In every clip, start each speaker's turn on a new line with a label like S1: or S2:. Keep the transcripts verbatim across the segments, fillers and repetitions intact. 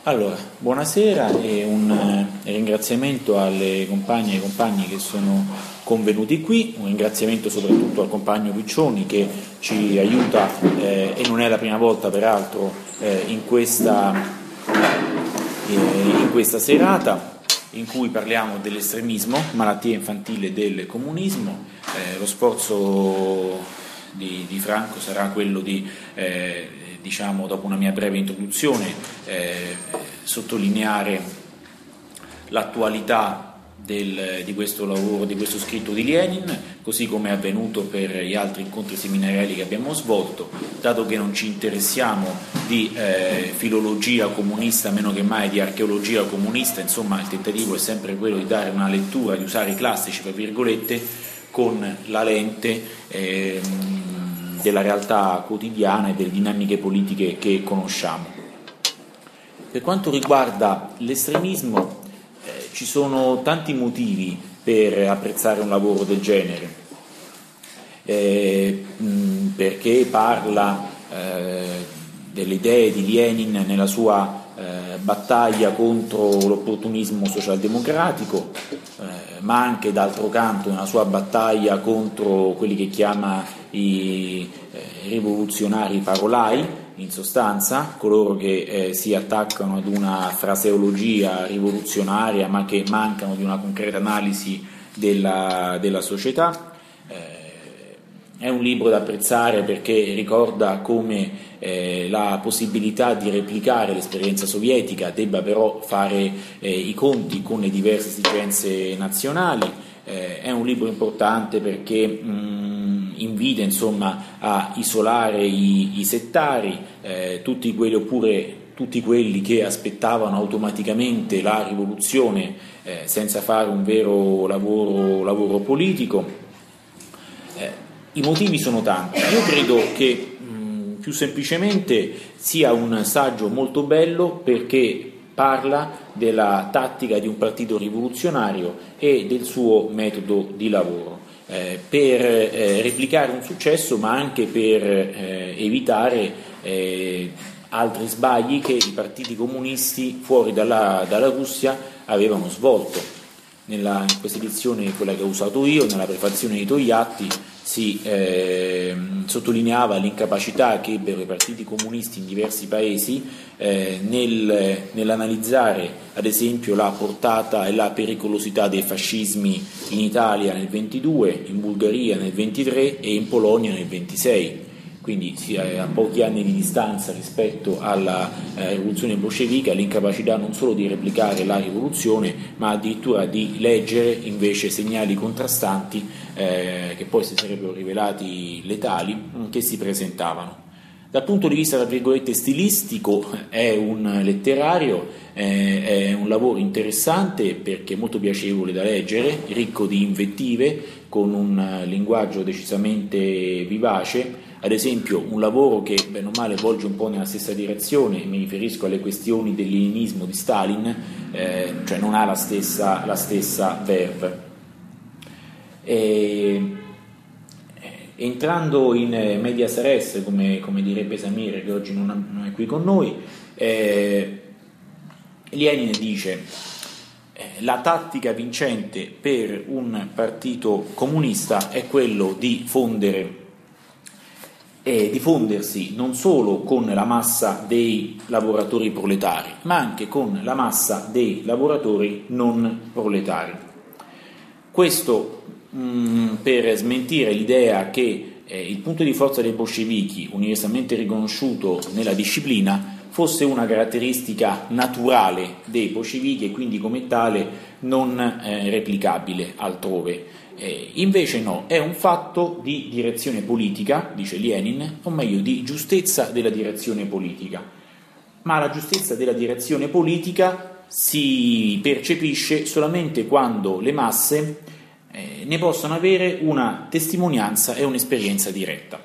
S1: Allora, buonasera e un eh, ringraziamento alle compagne e ai compagni che sono convenuti qui, un ringraziamento soprattutto al compagno Piccioni che ci aiuta eh, e non è la prima volta peraltro eh, in, questa, eh, in questa serata in cui parliamo dell'estremismo, malattia infantile del comunismo. Eh, lo sforzo di, di Franco sarà quello di eh, diciamo dopo una mia breve introduzione eh, sottolineare l'attualità del, di questo lavoro, di questo scritto di Lenin, così come è avvenuto per gli altri incontri seminariali che abbiamo svolto. Dato che non ci interessiamo di eh, filologia comunista, meno che mai di archeologia comunista, insomma il tentativo è sempre quello di dare una lettura, di usare i classici, tra virgolette, con la lente eh, della realtà quotidiana e delle dinamiche politiche che conosciamo. Per quanto riguarda l'estremismo, eh, ci sono tanti motivi per apprezzare un lavoro del genere, eh, mh, perché parla eh, delle idee di Lenin nella sua eh, battaglia contro l'opportunismo socialdemocratico, eh, ma anche d'altro canto nella sua battaglia contro quelli che chiama i eh, rivoluzionari parolai, in sostanza coloro che eh, si attaccano ad una fraseologia rivoluzionaria ma che mancano di una concreta analisi della, della società. Eh, è un libro da apprezzare perché ricorda come eh, la possibilità di replicare l'esperienza sovietica debba però fare eh, i conti con le diverse esigenze nazionali. Eh, è un libro importante perché mh, invita insomma a isolare i, i settari, eh, tutti quelli oppure tutti quelli che aspettavano automaticamente la rivoluzione eh, senza fare un vero lavoro, lavoro politico. Eh, I motivi sono tanti. Io credo che mh, più semplicemente sia un saggio molto bello perché parla della tattica di un partito rivoluzionario e del suo metodo di lavoro, eh, per eh, replicare un successo ma anche per eh, evitare eh, altri sbagli che i partiti comunisti fuori dalla, dalla Russia avevano svolto. Nella, in questa edizione, quella che ho usato io, nella prefazione di Togliatti, si eh, sottolineava l'incapacità che ebbero i partiti comunisti in diversi paesi eh, nel, nell'analizzare ad esempio la portata e la pericolosità dei fascismi in Italia nel ventidue, in Bulgaria nel ventitré e in Polonia nel ventisei. Quindi a pochi anni di distanza rispetto alla eh, rivoluzione bolscevica, l'incapacità non solo di replicare la rivoluzione, ma addirittura di leggere invece segnali contrastanti eh, che poi si sarebbero rivelati letali, che si presentavano. Dal punto di vista, tra virgolette, stilistico, è un letterario, eh, è un lavoro interessante perché è molto piacevole da leggere, ricco di invettive, con un linguaggio decisamente vivace. Ad esempio un lavoro che bene o male volge un po' nella stessa direzione, mi riferisco alle questioni del leninismo di Stalin, eh, cioè non ha la stessa, la stessa verve. E, entrando in medias res, come, come direbbe Samir, che oggi non, non è qui con noi, eh, Lenin dice: la tattica vincente per un partito comunista è quello di fondere e di fondersi non solo con la massa dei lavoratori proletari, ma anche con la massa dei lavoratori non proletari. Questo mh, per smentire l'idea che eh, il punto di forza dei bolscevichi, universalmente riconosciuto nella disciplina, fosse una caratteristica naturale dei bolscevichi e quindi come tale non eh, replicabile altrove. Eh, invece no, è un fatto di direzione politica, dice Lenin, o meglio di giustezza della direzione politica. Ma la giustezza della direzione politica si percepisce solamente quando le masse eh, ne possono avere una testimonianza e un'esperienza diretta.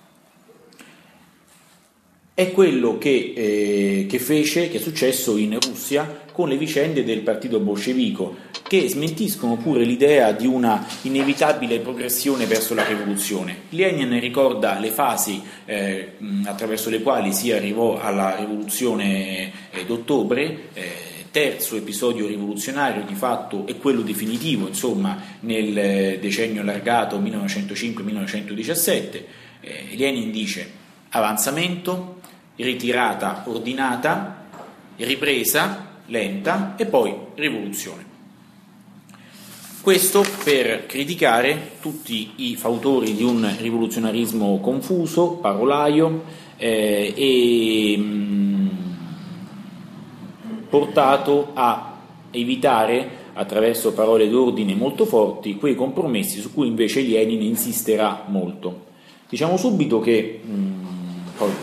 S1: È quello che, eh, che fece, che è successo in Russia con le vicende del partito bolscevico, che smentiscono pure l'idea di una inevitabile progressione verso la rivoluzione. Lenin ricorda le fasi eh, attraverso le quali si arrivò alla rivoluzione eh, d'ottobre, eh, terzo episodio rivoluzionario di fatto e quello definitivo, insomma, nel decennio allargato millenovecentocinque millenovecentodiciassette. eh, Lenin dice avanzamento, ritirata ordinata, ripresa lenta e poi rivoluzione. Questo per criticare tutti i fautori di un rivoluzionarismo confuso, parolaio eh, e mh, portato a evitare, attraverso parole d'ordine molto forti, quei compromessi su cui invece Lenin insisterà molto. Diciamo subito che mh, poi,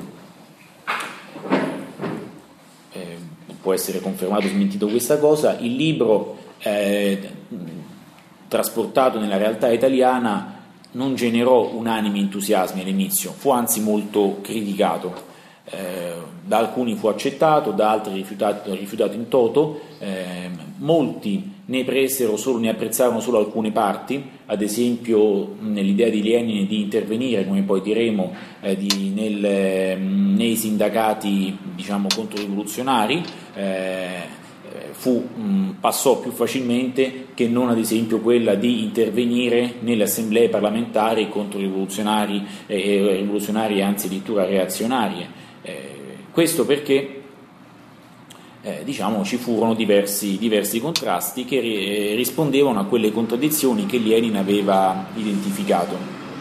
S1: eh, può essere confermato o smentito questa cosa, il libro eh, trasportato nella realtà italiana non generò unanimi entusiasmi all'inizio, fu anzi molto criticato. Eh, da alcuni fu accettato, da altri rifiutato, rifiutato in toto. Eh, molti ne presero solo, ne apprezzarono solo alcune parti, ad esempio nell'idea di Lenin di intervenire, come poi diremo, eh, di, nel, eh, nei sindacati, diciamo, controrivoluzionari. Eh, fu, mh, passò più facilmente che non ad esempio quella di intervenire nelle assemblee parlamentari controrivoluzionari e rivoluzionarie, anzi addirittura reazionarie. Eh, questo perché eh, diciamo ci furono diversi, diversi contrasti che eh, rispondevano a quelle contraddizioni che Lenin aveva identificato.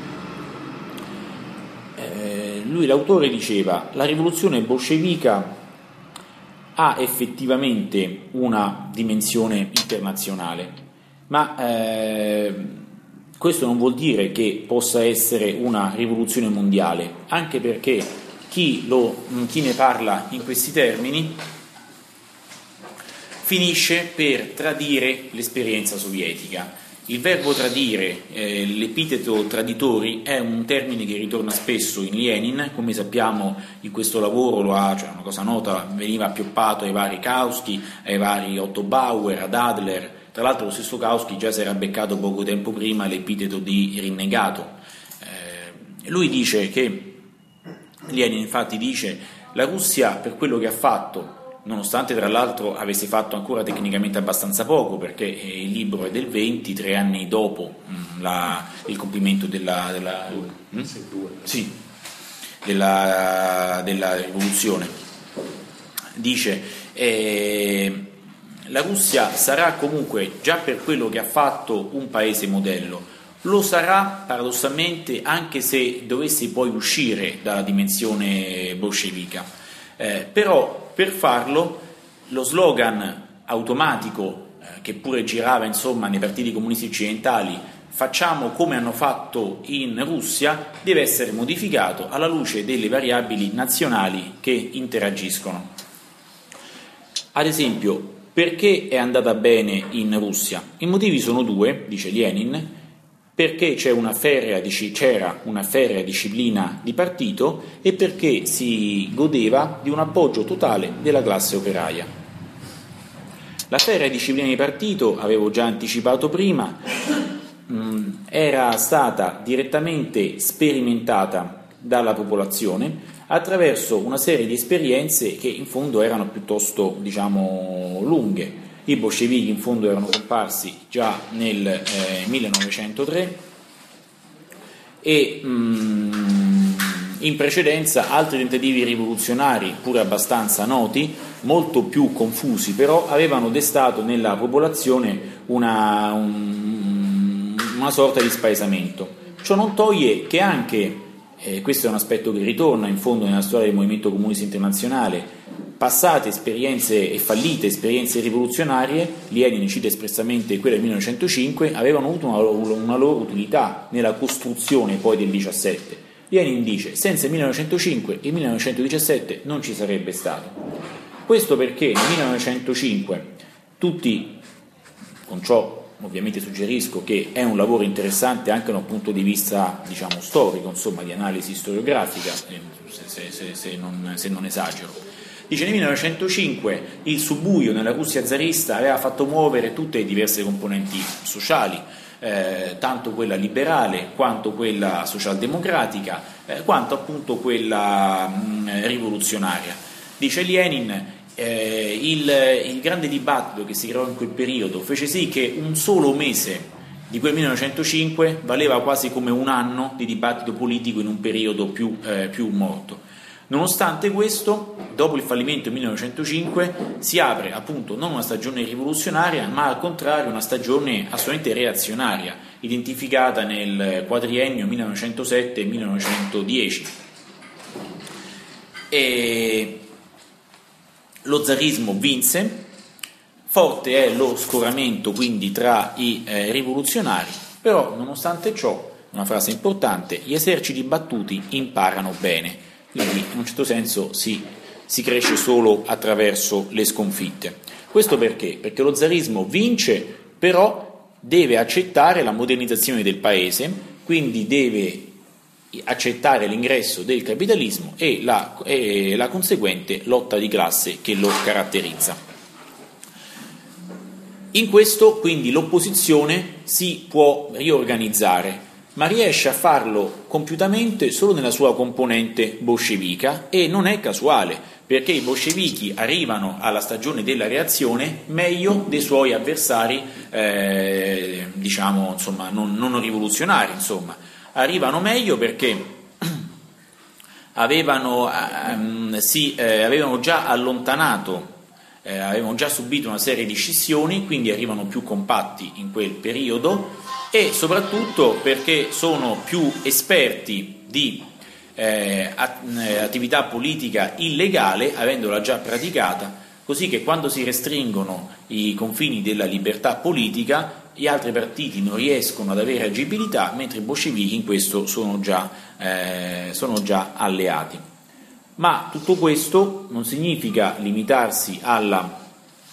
S1: Eh, lui, l'autore, diceva: la rivoluzione bolscevica ha effettivamente una dimensione internazionale, ma eh, questo non vuol dire che possa essere una rivoluzione mondiale, anche perché chi, lo, chi ne parla in questi termini finisce per tradire l'esperienza sovietica. Il verbo tradire, eh, l'epiteto traditori, è un termine che ritorna spesso in Lenin. Come sappiamo, in questo lavoro lo ha, cioè una cosa nota, veniva appioppato ai vari Kautsky, ai vari Otto Bauer, ad Adler. Tra l'altro lo stesso Kautsky già si era beccato poco tempo prima l'epiteto di rinnegato. Eh, lui dice che, Lenin infatti dice, la Russia per quello che ha fatto, nonostante tra l'altro avesse fatto ancora tecnicamente abbastanza poco, perché il libro è del venti, tre anni dopo mh, la, il compimento della, della, mh? Sì, della, della rivoluzione, dice eh, la Russia sarà comunque, già per quello che ha fatto, un paese modello. Lo sarà paradossalmente anche se dovesse poi uscire dalla dimensione bolscevica, eh, però per farlo lo slogan automatico eh, che pure girava insomma nei partiti comunisti occidentali, facciamo come hanno fatto in Russia, deve essere modificato alla luce delle variabili nazionali che interagiscono. Ad esempio, perché è andata bene in Russia? I motivi sono due, dice Lenin: perché c'è una ferrea, c'era una ferrea disciplina di partito e perché si godeva di un appoggio totale della classe operaia. La ferrea disciplina di partito, avevo già anticipato prima, mh, era stata direttamente sperimentata dalla popolazione attraverso una serie di esperienze che in fondo erano piuttosto, diciamo, lunghe. I bolscevichi in fondo erano comparsi già nel eh, millenovecentotre e mh, in precedenza altri tentativi rivoluzionari, pure abbastanza noti, molto più confusi, però avevano destato nella popolazione una, un, una sorta di spaesamento. Ciò non toglie che anche, eh, questo è un aspetto che ritorna in fondo nella storia del movimento comunista internazionale, passate esperienze e fallite esperienze rivoluzionarie, Lenin cita espressamente quella del millenovecentocinque, avevano avuto una loro, una loro utilità nella costruzione poi del diciassette. Lenin dice: senza il millenovecentocinque il millenovecentodiciassette non ci sarebbe stato. Questo perché nel millenovecentocinque tutti, con ciò ovviamente suggerisco che è un lavoro interessante anche da un punto di vista, diciamo, storico, insomma, di analisi storiografica, se, se, se, se, non, se non esagero. Dice: nel millenovecentocinque il subbuglio nella Russia zarista aveva fatto muovere tutte le diverse componenti sociali, eh, tanto quella liberale quanto quella socialdemocratica, eh, quanto appunto quella mh, rivoluzionaria. Dice Lenin: eh, il, il grande dibattito che si creò in quel periodo fece sì che un solo mese di quel millenovecentocinque valeva quasi come un anno di dibattito politico in un periodo più, eh, più morto. Nonostante questo, dopo il fallimento del millenovecentocinque si apre appunto non una stagione rivoluzionaria, ma al contrario una stagione assolutamente reazionaria, identificata nel quadriennio millenovecentosette millenovecentodieci. E lo zarismo vinse, forte è lo scoramento quindi tra i eh, rivoluzionari, però nonostante ciò, una frase importante, gli eserciti battuti imparano bene. Quindi in un certo senso si, si cresce solo attraverso le sconfitte. Questo perché? Perché lo zarismo vince, però deve accettare la modernizzazione del paese, quindi deve accettare l'ingresso del capitalismo e la, e la conseguente lotta di classe che lo caratterizza. In questo quindi l'opposizione si può riorganizzare, ma riesce a farlo compiutamente solo nella sua componente bolscevica, e non è casuale, perché i bolscevichi arrivano alla stagione della reazione meglio dei suoi avversari, eh, diciamo, insomma, non, non rivoluzionari, insomma. Arrivano meglio perché avevano, ehm, sì, eh, avevano già allontanato, eh, avevano già subito una serie di scissioni, quindi arrivano più compatti in quel periodo, e soprattutto perché sono più esperti di eh, attività politica illegale, avendola già praticata, così che quando si restringono i confini della libertà politica gli altri partiti non riescono ad avere agibilità, mentre i bolscevichi in questo sono già, eh, sono già alleati. Ma tutto questo non significa limitarsi alla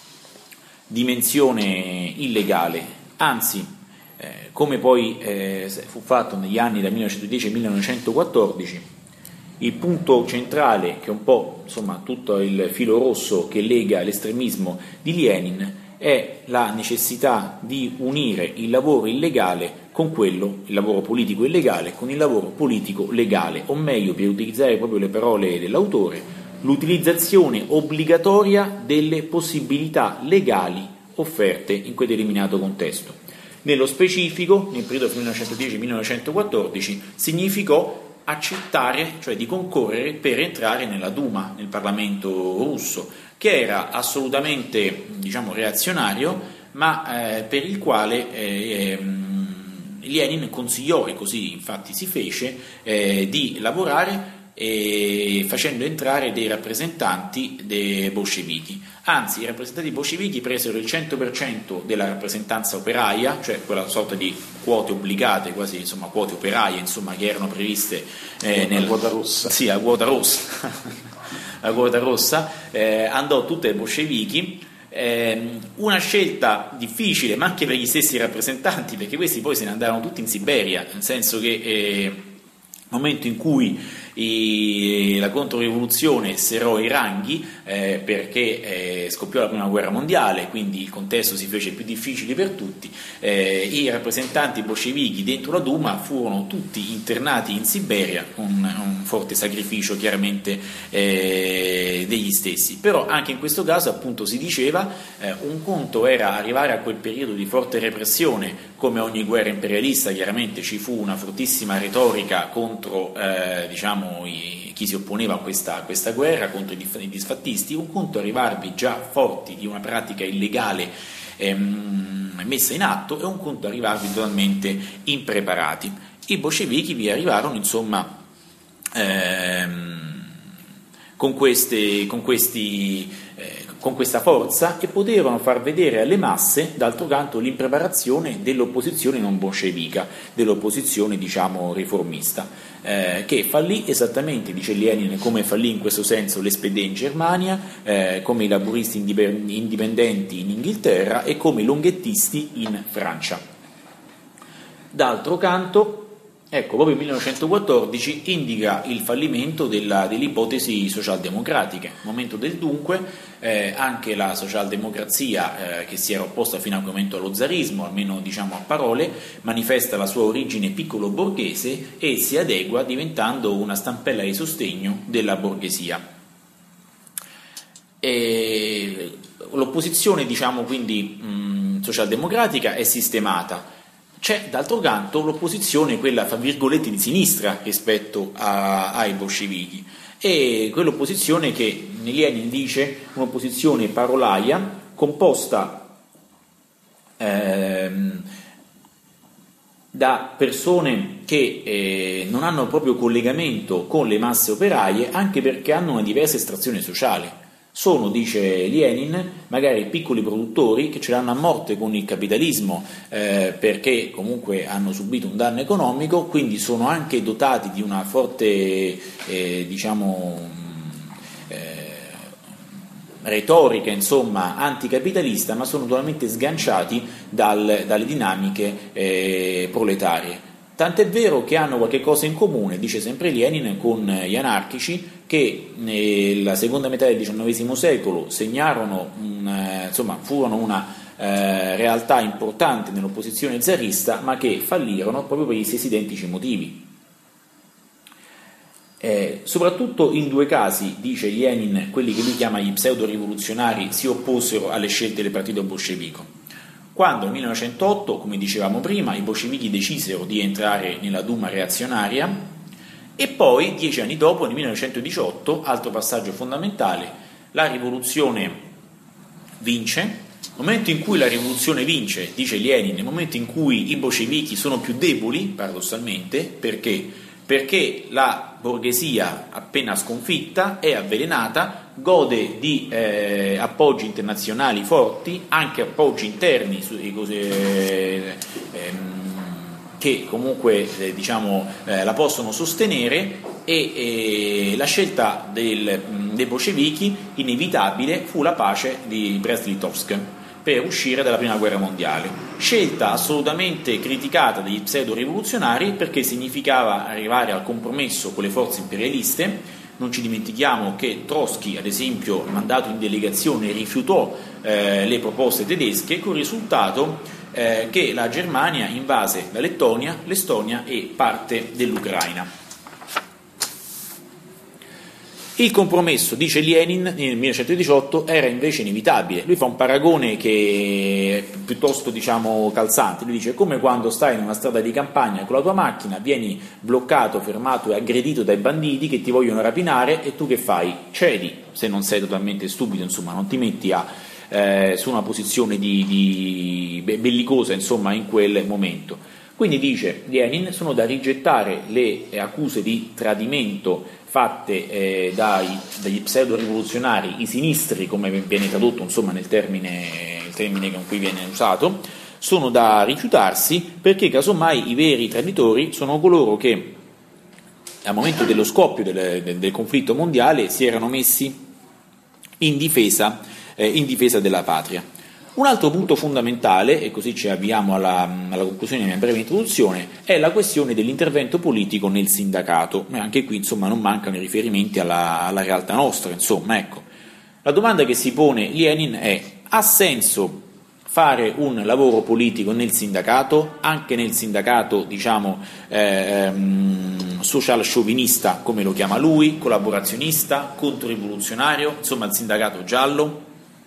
S1: dimensione illegale, anzi, Eh, come poi eh, fu fatto negli anni dal millenovecentodieci al millenovecentoquattordici, il punto centrale, che è un po' insomma tutto il filo rosso che lega l'estremismo di Lenin, è la necessità di unire il lavoro illegale con quello, il lavoro politico illegale, con il lavoro politico legale, o meglio, per utilizzare proprio le parole dell'autore, l'utilizzazione obbligatoria delle possibilità legali offerte in quel determinato contesto. Nello specifico, nel periodo millenovecentodieci millenovecentoquattordici, significò accettare, cioè di concorrere per entrare nella Duma, nel Parlamento russo, che era assolutamente, diciamo, reazionario, ma eh, per il quale eh, Lenin consigliò, e così infatti si fece, eh, di lavorare e facendo entrare dei rappresentanti dei bolscevichi. Anzi, i rappresentanti bolscevichi presero il cento per cento della rappresentanza operaia, cioè quella sorta di quote obbligate, quasi insomma quote operaie, insomma, che erano previste eh, nel
S2: quota rossa.
S1: Sì, la quota rossa. la quota rossa eh, andò tutte ai bolscevichi. Eh, una scelta difficile, ma anche per gli stessi rappresentanti, perché questi poi se ne andarono tutti in Siberia, nel senso che eh, nel momento in cui I, la controrivoluzione serrò i ranghi eh, perché eh, scoppiò la prima guerra mondiale, quindi il contesto si fece più difficile per tutti, eh, i rappresentanti bolscevichi dentro la Duma furono tutti internati in Siberia, con un forte sacrificio chiaramente eh, degli stessi. Però anche in questo caso appunto si diceva eh, un conto era arrivare a quel periodo di forte repressione, come ogni guerra imperialista chiaramente ci fu una fortissima retorica contro eh, diciamo chi si opponeva a questa, a questa guerra, contro i disfattisti. Un conto arrivarvi già forti di una pratica illegale ehm, messa in atto, e un conto arrivarvi totalmente impreparati. I bolscevichi vi arrivarono insomma ehm, con, queste, con, questi, eh, con questa forza, e potevano far vedere alle masse d'altro canto l'impreparazione dell'opposizione non bolscevica, dell'opposizione diciamo riformista, eh, che fallì esattamente, dice Lenin, come fallì in questo senso l'S P D in Germania, eh, come i laburisti indipendenti in Inghilterra e come i longhettisti in Francia. D'altro canto, ecco, proprio il millenovecentoquattordici indica il fallimento della, delle ipotesi socialdemocratiche. Momento del dunque, eh, anche la socialdemocrazia, eh, che si era opposta fino a quel momento allo zarismo, almeno diciamo a parole, manifesta la sua origine piccolo borghese e si adegua diventando una stampella di sostegno della borghesia. E l'opposizione, diciamo, quindi mh, socialdemocratica è sistemata. C'è d'altro canto l'opposizione, quella fra virgolette di sinistra rispetto a, ai bolscevichi, e quell'opposizione che Lenin dice un'opposizione parolaia composta ehm, da persone che eh, non hanno proprio collegamento con le masse operaie, anche perché hanno una diversa estrazione sociale. Sono, dice Lenin, magari piccoli produttori che ce l'hanno a morte con il capitalismo eh, perché comunque hanno subito un danno economico, quindi sono anche dotati di una forte eh, diciamo eh, retorica, insomma, anticapitalista, ma sono totalmente sganciati dal, dalle dinamiche eh, proletarie. Tant'è vero che hanno qualche cosa in comune, dice sempre Lenin, con gli anarchici che nella seconda metà del diciannovesimo secolo segnarono, un, insomma, furono una eh, realtà importante nell'opposizione zarista, ma che fallirono proprio per gli stessi identici motivi. Eh, soprattutto in due casi, dice Lenin, quelli che lui chiama gli pseudo-rivoluzionari si opposero alle scelte del partito bolscevico. Quando nel millenovecentotto, come dicevamo prima, i bolscevichi decisero di entrare nella Duma reazionaria, e poi, dieci anni dopo, nel millenovecentodiciotto, altro passaggio fondamentale, la rivoluzione vince. Nel momento in cui la rivoluzione vince, dice Lenin, nel momento in cui i bolscevichi sono più deboli, paradossalmente, perché? Perché la borghesia appena sconfitta è avvelenata, gode di eh, appoggi internazionali forti, anche appoggi interni su, eh, ehm, che comunque eh, diciamo, eh, la possono sostenere, e eh, la scelta del, dei bolscevichi inevitabile fu la pace di Brest-Litovsk per uscire dalla prima guerra mondiale, scelta assolutamente criticata dagli pseudo-rivoluzionari perché significava arrivare al compromesso con le forze imperialiste. Non ci dimentichiamo che Trotsky, ad esempio, mandato in delegazione, rifiutò eh, le proposte tedesche, con il risultato eh, che la Germania invase la Lettonia, l'Estonia e parte dell'Ucraina. Il compromesso, dice Lenin, nel millenovecentodiciotto era invece inevitabile. Lui fa un paragone che è piuttosto, diciamo, calzante. Lui dice: come quando stai in una strada di campagna con la tua macchina, vieni bloccato, fermato e aggredito dai banditi che ti vogliono rapinare, e tu che fai? Cedi, se non sei totalmente stupido, insomma, non ti metti a, eh, su una posizione di, di bellicosa, insomma, in quel momento. Quindi, dice Lenin, sono da rigettare le accuse di tradimento fatte eh, dai, dagli pseudo-rivoluzionari, i sinistri, come viene tradotto, insomma, nel termine, il termine con cui viene usato, sono da rifiutarsi, perché casomai i veri traditori sono coloro che al momento dello scoppio del, del, del conflitto mondiale si erano messi in difesa, eh, in difesa della patria. Un altro punto fondamentale, e così ci avviamo alla, alla conclusione della mia breve introduzione, è la questione dell'intervento politico nel sindacato. E anche qui, insomma, non mancano i riferimenti alla, alla realtà nostra. Insomma, ecco, la domanda che si pone Lenin è: ha senso fare un lavoro politico nel sindacato, anche nel sindacato, diciamo, eh, social sciovinista, come lo chiama lui, collaborazionista, controrivoluzionario, insomma il sindacato giallo?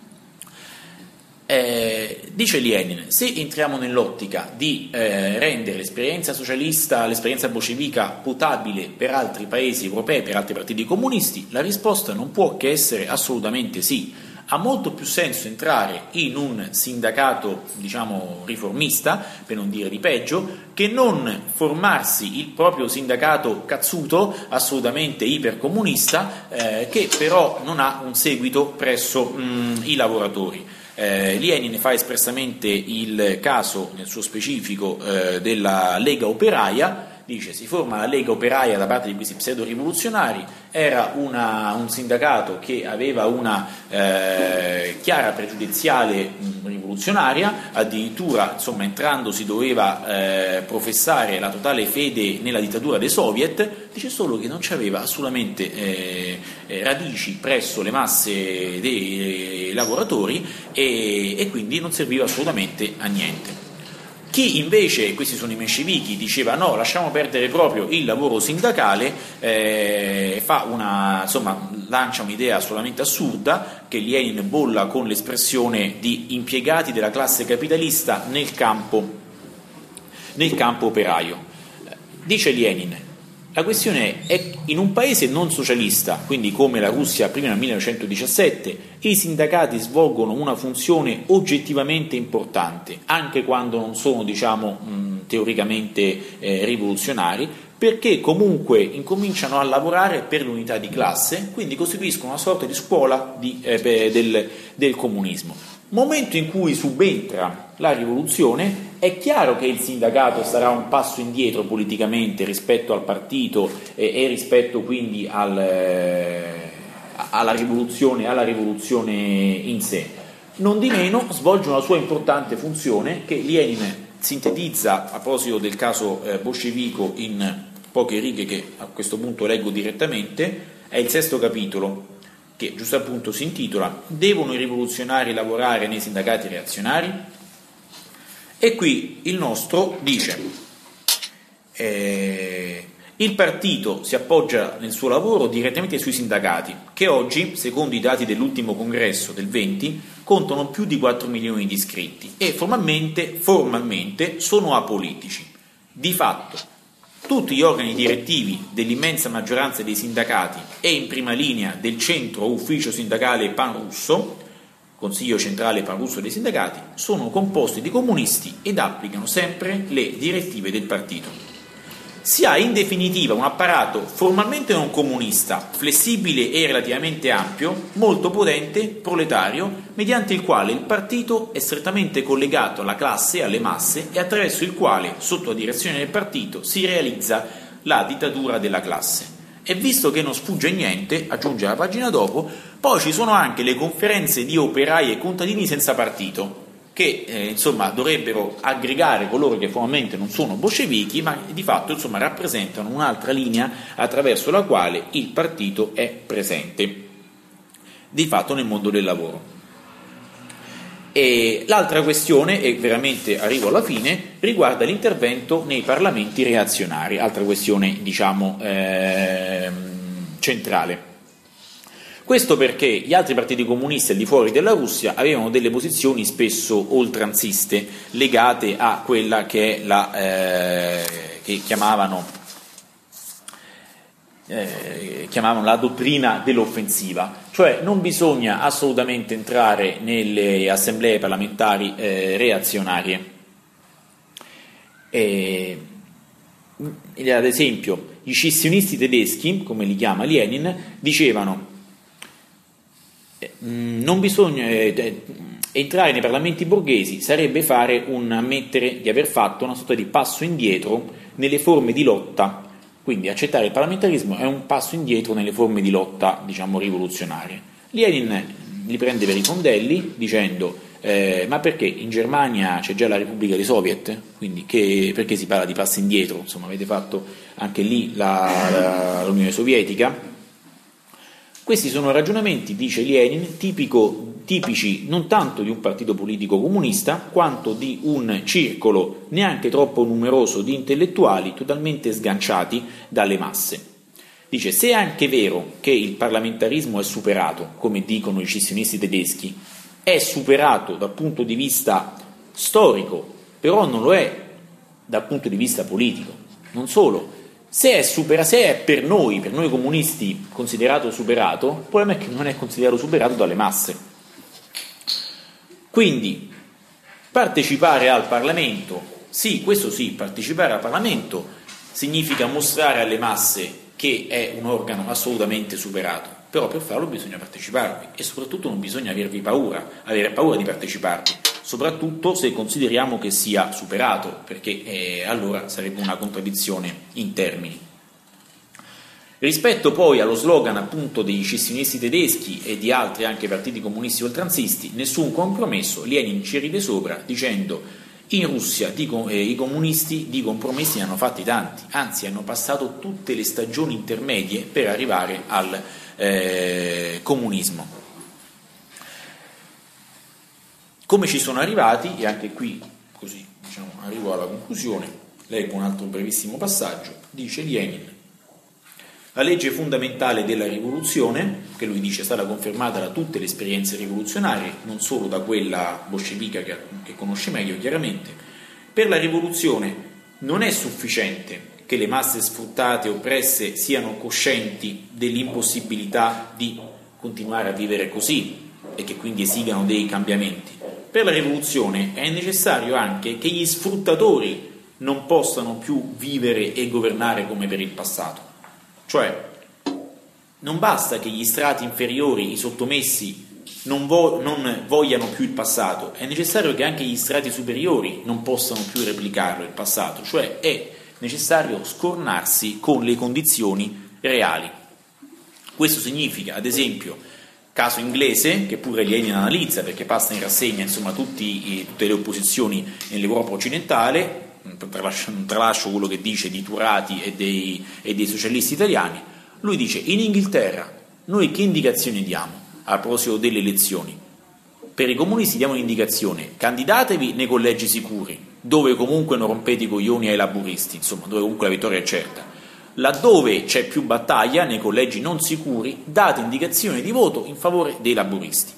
S1: Eh, dice Lenin, se entriamo nell'ottica di eh, rendere l'esperienza socialista, l'esperienza bolscevica potabile per altri paesi europei, per altri partiti comunisti, la risposta non può che essere assolutamente sì. Ha molto più senso entrare in un sindacato, diciamo, riformista, per non dire di peggio, che non formarsi il proprio sindacato cazzuto, assolutamente ipercomunista, eh, che però non ha un seguito presso mh, i lavoratori. Eh, Lenin fa espressamente il caso, nel suo specifico, eh, della Lega Operaia. Dice: si forma la Lega Operaia da parte di questi pseudo-rivoluzionari, era una, un sindacato che aveva una eh, chiara pregiudiziale mh, rivoluzionaria, addirittura, insomma, entrando si doveva eh, professare la totale fede nella dittatura dei soviet. Dice solo che non c'aveva assolutamente eh, eh, radici presso le masse dei lavoratori e, e quindi non serviva assolutamente a niente. Chi invece, questi sono i menscevichi, diceva no, lasciamo perdere proprio il lavoro sindacale, eh, fa una, insomma, lancia un'idea assolutamente assurda che Lenin bolla con l'espressione di impiegati della classe capitalista nel campo, nel campo operaio. Dice Lenin: la questione è in un paese non socialista, quindi come la Russia prima del millenovecentodiciassette, i sindacati svolgono una funzione oggettivamente importante, anche quando non sono, diciamo, mh, teoricamente eh, rivoluzionari, perché comunque incominciano a lavorare per l'unità di classe, quindi costituiscono una sorta di scuola di, eh, del, del comunismo. Momento in cui subentra la rivoluzione, è chiaro che il sindacato sarà un passo indietro politicamente rispetto al partito e, e rispetto quindi al, eh, alla rivoluzione, alla rivoluzione in sé. Non di meno svolge una sua importante funzione che Lenin sintetizza, a proposito del caso eh, bolscevico, in poche righe che a questo punto leggo direttamente. È il sesto capitolo, che giusto appunto si intitola "Devono i rivoluzionari lavorare nei sindacati reazionari?" E qui il nostro dice eh, il partito si appoggia nel suo lavoro direttamente sui sindacati, che oggi, secondo i dati dell'ultimo congresso del venti, contano più di quattro milioni di iscritti e formalmente, formalmente sono apolitici. Di fatto, tutti gli organi direttivi dell'immensa maggioranza dei sindacati e in prima linea del centro ufficio sindacale panrusso, Consiglio centrale panrusso dei sindacati, sono composti di comunisti ed applicano sempre le direttive del partito. Si ha in definitiva un apparato formalmente non comunista, flessibile e relativamente ampio, molto potente, proletario, mediante il quale il partito è strettamente collegato alla classe e alle masse e attraverso il quale, sotto la direzione del partito, si realizza la dittatura della classe. E visto che non sfugge niente, aggiunge la pagina dopo, poi ci sono anche le conferenze di operai e contadini senza partito, che eh, insomma dovrebbero aggregare coloro che formalmente non sono bolscevichi, ma di fatto insomma rappresentano un'altra linea attraverso la quale il partito è presente, di fatto nel mondo del lavoro. E l'altra questione, e veramente arrivo alla fine, riguarda l'intervento nei parlamenti reazionari, altra questione diciamo eh, centrale. Questo perché gli altri partiti comunisti al di fuori della Russia avevano delle posizioni spesso oltranziste legate a quella che è la eh, che chiamavano Eh, chiamavano la dottrina dell'offensiva, cioè non bisogna assolutamente entrare nelle assemblee parlamentari eh, reazionarie. E, ad esempio, i scissionisti tedeschi, come li chiama Lenin, dicevano eh, non bisogna eh, entrare nei parlamenti borghesi sarebbe fare un ammettere di aver fatto una sorta di passo indietro nelle forme di lotta. Quindi accettare il parlamentarismo è un passo indietro nelle forme di lotta, diciamo, rivoluzionarie. Lenin li prende per i fondelli dicendo eh, ma perché in Germania c'è già la Repubblica dei Soviet, quindi che, perché si parla di passi indietro? Insomma, avete fatto anche lì la, la, l'Unione Sovietica. Questi sono ragionamenti, dice Lenin, tipico, tipici non tanto di un partito politico comunista quanto di un circolo neanche troppo numeroso di intellettuali totalmente sganciati dalle masse. Dice: se è anche vero che il parlamentarismo è superato, come dicono i scissionisti tedeschi, è superato dal punto di vista storico, però non lo è dal punto di vista politico. Non solo, se è, supera, se è per noi, per noi comunisti, considerato superato, il problema è che non è considerato superato dalle masse. Quindi partecipare al Parlamento, sì, questo sì, partecipare al Parlamento significa mostrare alle masse che è un organo assolutamente superato, però per farlo bisogna parteciparvi e soprattutto non bisogna avervi paura, avere paura di parteciparvi, soprattutto se consideriamo che sia superato, perché eh, allora sarebbe una contraddizione in termini. Rispetto poi allo slogan appunto dei scissionisti tedeschi e di altri anche partiti comunisti oltranzisti, nessun compromesso, Lenin ci ride sopra dicendo: in Russia di, eh, i comunisti di compromessi ne hanno fatti tanti, anzi hanno passato tutte le stagioni intermedie per arrivare al eh, comunismo. Come ci sono arrivati, e anche qui così diciamo, arrivo alla conclusione, leggo un altro brevissimo passaggio, dice Lenin: la legge fondamentale della rivoluzione che lui dice è stata confermata da tutte le esperienze rivoluzionarie, non solo da quella bolscevica che, che conosce meglio chiaramente. Per la rivoluzione non è sufficiente che le masse sfruttate e oppresse siano coscienti dell'impossibilità di continuare a vivere così e che quindi esigano dei cambiamenti. Per la rivoluzione è necessario anche che gli sfruttatori non possano più vivere e governare come per il passato. Cioè, non basta che gli strati inferiori, i sottomessi, non, vo- non vogliano più il passato, è necessario che anche gli strati superiori non possano più replicarlo il passato, cioè è necessario scornarsi con le condizioni reali. Questo significa, ad esempio, caso inglese, che pure Lenin analizza perché passa in rassegna insomma tutti, tutte le opposizioni nell'Europa occidentale, tralascio, tralascio quello che dice di Turati e dei, e dei socialisti italiani. Lui dice: in Inghilterra noi che indicazioni diamo a proposito delle elezioni? Per i comunisti diamo un'indicazione: candidatevi nei collegi sicuri, dove comunque non rompete i coglioni ai laburisti, insomma, dove comunque la vittoria è certa. Laddove c'è più battaglia, nei collegi non sicuri, date indicazioni di voto in favore dei laburisti.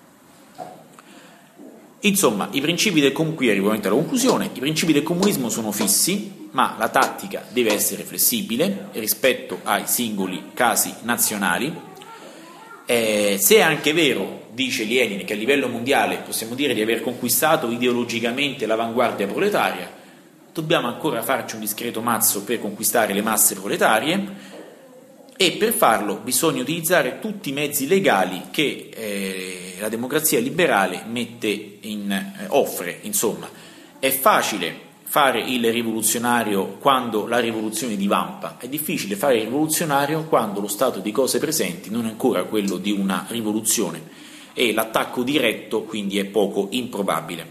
S1: Insomma, i principi del comunismo, qui arrivo alla conclusione, i principi del comunismo sono fissi, ma la tattica deve essere flessibile rispetto ai singoli casi nazionali. Eh, se è anche vero, dice Lenin, che a livello mondiale possiamo dire di aver conquistato ideologicamente l'avanguardia proletaria, dobbiamo ancora farci un discreto mazzo per conquistare le masse proletarie, e per farlo bisogna utilizzare tutti i mezzi legali che eh, la democrazia liberale mette in, eh, offre. Insomma, è facile fare il rivoluzionario quando la rivoluzione divampa, è difficile fare il rivoluzionario quando lo stato di cose presenti non è ancora quello di una rivoluzione e l'attacco diretto quindi è poco improbabile.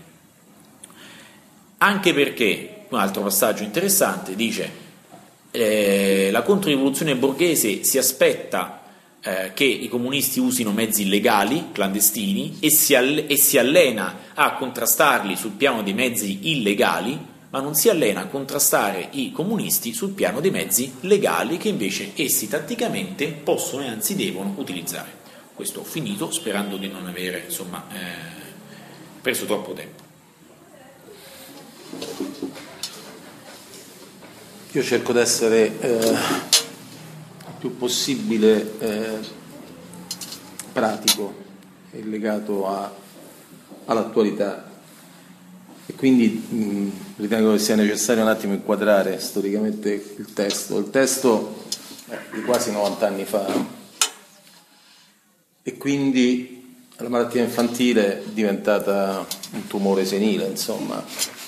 S1: Anche perché, un altro passaggio interessante, dice eh, la controrivoluzione borghese si aspetta eh, che i comunisti usino mezzi illegali, clandestini, e si, all- e si allena a contrastarli sul piano dei mezzi illegali, ma non si allena a contrastare i comunisti sul piano dei mezzi legali che invece essi tatticamente possono e anzi devono utilizzare. Questo ho finito, sperando di non avere insomma eh, preso troppo tempo.
S2: Io cerco di essere eh, il più possibile eh, pratico e legato a, all'attualità, e quindi mh, ritengo che sia necessario un attimo inquadrare storicamente il testo. Il testo è di quasi novanta anni fa, e quindi la malattia infantile è diventata un tumore senile, insomma.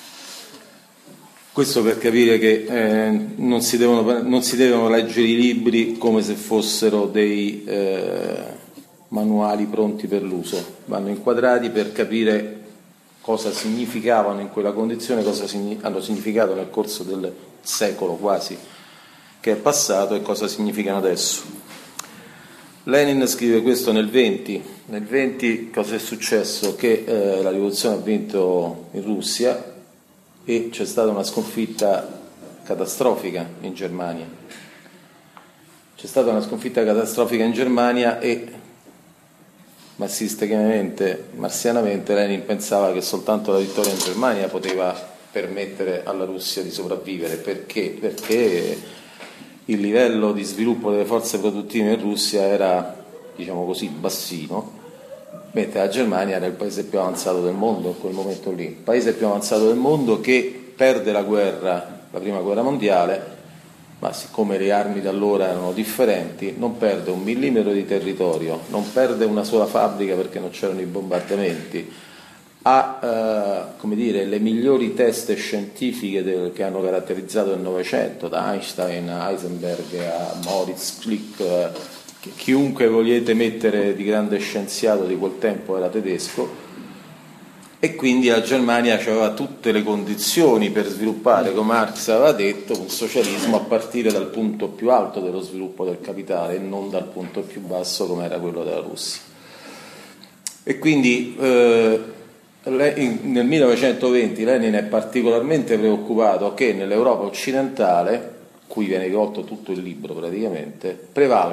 S2: Questo per capire che eh, non, si devono, non si devono leggere i libri come se fossero dei eh, manuali pronti per l'uso, vanno inquadrati per capire cosa significavano in quella condizione, cosa signi- hanno significato nel corso del secolo quasi che è passato e cosa significano adesso. Lenin scrive questo nel venti. Nel venti cosa è successo? Che eh, la rivoluzione ha vinto in Russia e c'è stata una sconfitta catastrofica in Germania. C'è stata una sconfitta catastrofica in Germania e marxisticamente, marzianamente, Lenin pensava che soltanto la vittoria in Germania poteva permettere alla Russia di sopravvivere. Perché? Perché il livello di sviluppo delle forze produttive in Russia era, diciamo così, bassino, mentre la Germania era il paese più avanzato del mondo in quel momento lì, il paese più avanzato del mondo che perde la guerra, la prima guerra mondiale, ma siccome le armi da allora erano differenti, non perde un millimetro di territorio, non perde una sola fabbrica perché non c'erano i bombardamenti, ha eh, come dire, le migliori teste scientifiche del, che hanno caratterizzato il Novecento, da Einstein a Heisenberg a Moritz Schlick, eh, chiunque vogliete mettere di grande scienziato di quel tempo era tedesco, e quindi la Germania aveva tutte le condizioni per sviluppare, come Marx aveva detto, un socialismo a partire dal punto più alto dello sviluppo del capitale e non dal punto più basso come era quello della Russia. E quindi eh, nel millenovecentoventi Lenin è particolarmente preoccupato che nell'Europa occidentale, cui viene rivolto tutto il libro praticamente, prevalgano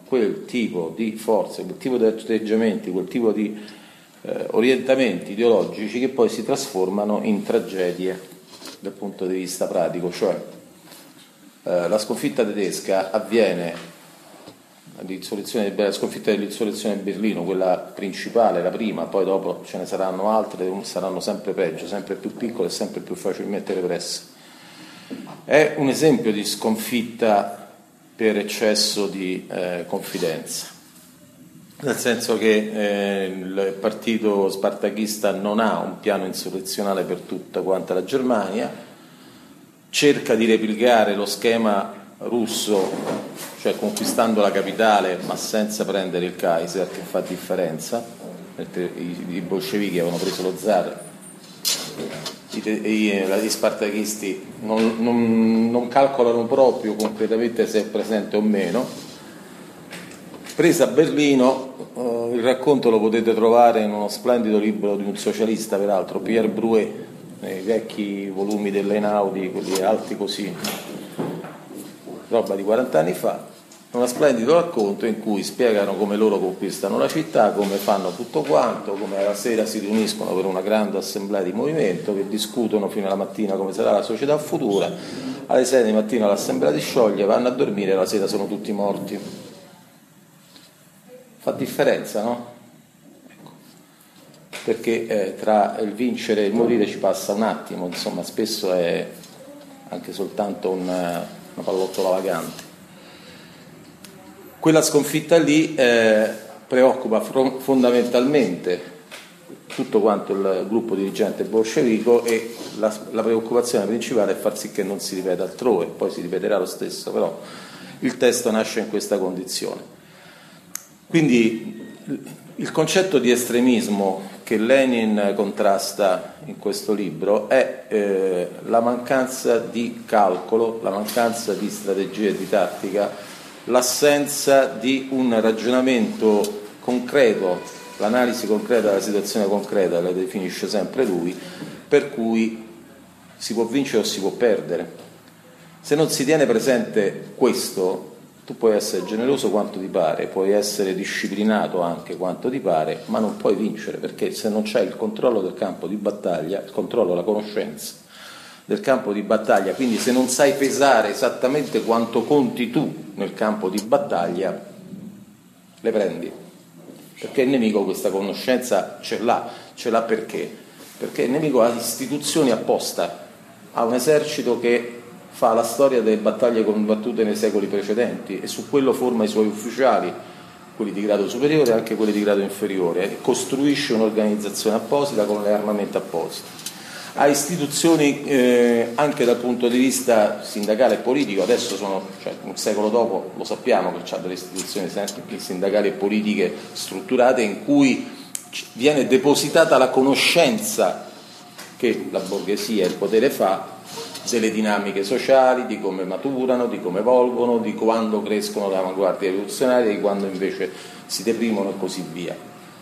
S2: quel tipo di forze, quel tipo di atteggiamenti, quel tipo di eh, orientamenti ideologici che poi si trasformano in tragedie dal punto di vista pratico, cioè eh, la sconfitta tedesca avviene, la sconfitta dell'insurrezione di Berlino, quella principale, la prima, poi dopo ce ne saranno altre, saranno sempre peggio, sempre più piccole e sempre più facilmente represse. È un esempio di sconfitta per eccesso di eh, confidenza, nel senso che eh, il partito spartachista non ha un piano insurrezionale per tutta quanta la Germania, cerca di replicare lo schema russo, cioè conquistando la capitale ma senza prendere il Kaiser, che fa differenza, mentre i, i bolscevichi avevano preso lo zar, i, i, gli spartachisti non, non, non calcolano proprio concretamente se è presente o meno. Presa a Berlino, eh, il racconto lo potete trovare in uno splendido libro di un socialista, peraltro, Pierre Brouet, nei vecchi volumi dell'Einaudi, quelli alti così, roba di quaranta anni fa, uno splendido racconto in cui spiegano come loro conquistano la città, come fanno tutto quanto, come alla sera si riuniscono per una grande assemblea di movimento, che discutono fino alla mattina come sarà la società futura, alle sei di mattina l'assemblea si scioglie, vanno a dormire e la sera sono tutti morti. Fa differenza, no? Ecco. Perché eh, tra il vincere e il morire ci passa un attimo, insomma spesso è anche soltanto un, una pallottola vagante. Quella sconfitta lì eh, preoccupa fro- fondamentalmente tutto quanto il gruppo dirigente bolscevico, e la, la preoccupazione principale è far sì che non si ripeta altrove, poi si ripeterà lo stesso, però il testo nasce in questa condizione. Quindi il concetto di estremismo che Lenin contrasta in questo libro è eh, la mancanza di calcolo, la mancanza di strategia e di tattica, l'assenza di un ragionamento concreto, l'analisi concreta della situazione concreta, la definisce sempre lui, per cui si può vincere o si può perdere. Se non si tiene presente questo, tu puoi essere generoso quanto ti pare, puoi essere disciplinato anche quanto ti pare, ma non puoi vincere, perché se non c'è il controllo del campo di battaglia, il controllo, la conoscenza del campo di battaglia, quindi se non sai pesare esattamente quanto conti tu nel campo di battaglia, le prendi, perché il nemico questa conoscenza ce l'ha, ce l'ha perché? Perché il nemico ha istituzioni apposta, ha un esercito che fa la storia delle battaglie combattute nei secoli precedenti e su quello forma i suoi ufficiali, quelli di grado superiore e anche quelli di grado inferiore, e costruisce un'organizzazione apposita con le armamenti apposite. Ha istituzioni eh, anche dal punto di vista sindacale e politico, adesso sono, cioè, un secolo dopo lo sappiamo che ha delle istituzioni sindacali e politiche strutturate in cui viene depositata la conoscenza che la borghesia e il potere fa delle dinamiche sociali, di come maturano, di come evolvono, di quando crescono le avanguardie rivoluzionarie, di quando invece si deprimono e così via.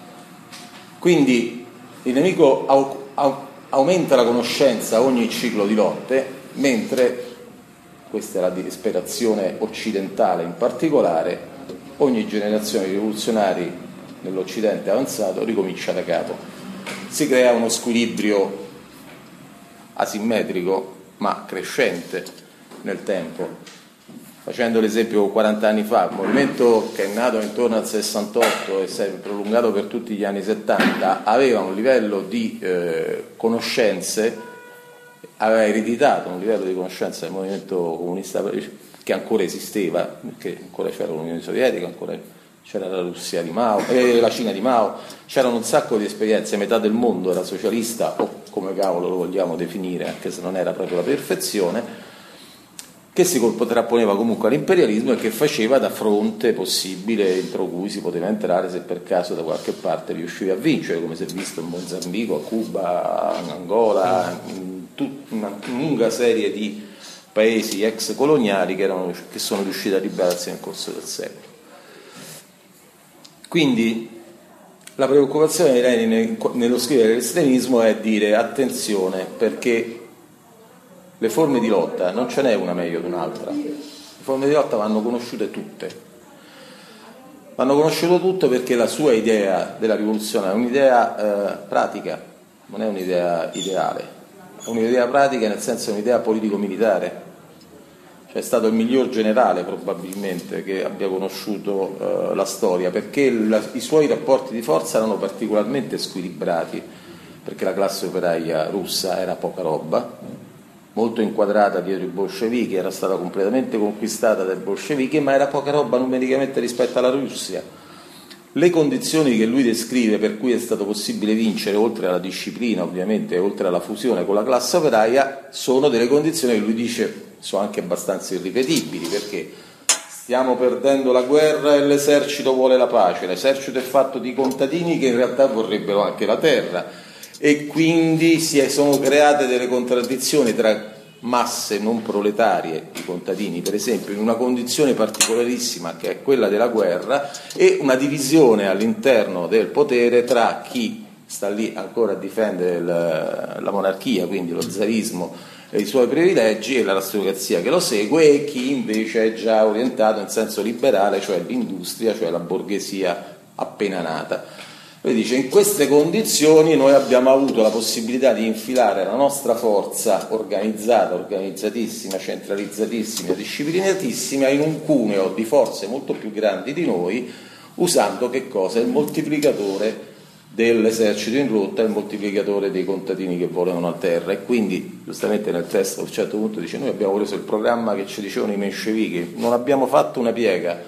S2: Quindi il nemico au- au- aumenta la conoscenza a ogni ciclo di lotte, mentre, questa è la disperazione occidentale in particolare, ogni generazione di rivoluzionari nell'Occidente avanzato ricomincia da capo. Si crea uno squilibrio asimmetrico ma crescente nel tempo. Facendo l'esempio quaranta anni fa, il movimento che è nato intorno al sessantotto e si è prolungato per tutti gli anni settanta aveva un livello di eh, conoscenze, aveva ereditato un livello di conoscenza del movimento comunista che ancora esisteva, perché ancora c'era l'Unione Sovietica, ancora c'era la Russia di Mao, eh, la Cina di Mao, c'erano un sacco di esperienze, metà del mondo era socialista, o come cavolo lo vogliamo definire, anche se non era proprio la perfezione, che si contrapponeva comunque all'imperialismo e che faceva da fronte possibile entro cui si poteva entrare se per caso da qualche parte riuscivi a vincere, come si è visto in Mozambico, a Cuba, in Angola, in tutta una lunga serie di paesi ex coloniali che, erano, che sono riusciti a liberarsi nel corso del secolo. Quindi la preoccupazione di Lenin nello scrivere l'estremismo è dire attenzione, perché le forme di lotta non ce n'è una meglio di un'altra, le forme di lotta vanno conosciute tutte, Hanno conosciuto tutto perché la sua idea della rivoluzione è un'idea eh, pratica, non è un'idea ideale, è un'idea pratica nel senso è un'idea politico-militare. Cioè è stato il miglior generale probabilmente che abbia conosciuto eh, la storia, perché la, i suoi rapporti di forza erano particolarmente squilibrati, perché la classe operaia russa era poca roba, molto inquadrata dietro i bolscevichi, era stata completamente conquistata dai bolscevichi, ma era poca roba numericamente rispetto alla Russia. Le condizioni che lui descrive per cui è stato possibile vincere, oltre alla disciplina ovviamente, oltre alla fusione con la classe operaia, sono delle condizioni che lui dice sono anche abbastanza irripetibili, perché stiamo perdendo la guerra e l'esercito vuole la pace, l'esercito è fatto di contadini che in realtà vorrebbero anche la terra, e quindi si sono create delle contraddizioni tra masse non proletarie, i contadini per esempio, in una condizione particolarissima che è quella della guerra, e una divisione all'interno del potere tra chi sta lì ancora a difendere la, la monarchia, quindi lo zarismo e i suoi privilegi, e l'aristocrazia che lo segue, e chi invece è già orientato in senso liberale, cioè l'industria, cioè la borghesia appena nata. Lui dice: in queste condizioni noi abbiamo avuto la possibilità di infilare la nostra forza organizzata, organizzatissima, centralizzatissima, disciplinatissima in un cuneo di forze molto più grandi di noi, usando che cosa? Il moltiplicatore dell'esercito in rotta, il moltiplicatore dei contadini che volevano la terra. E quindi giustamente nel testo a un certo punto dice: noi abbiamo preso il programma che ci dicevano i menscevichi, non abbiamo fatto una piega.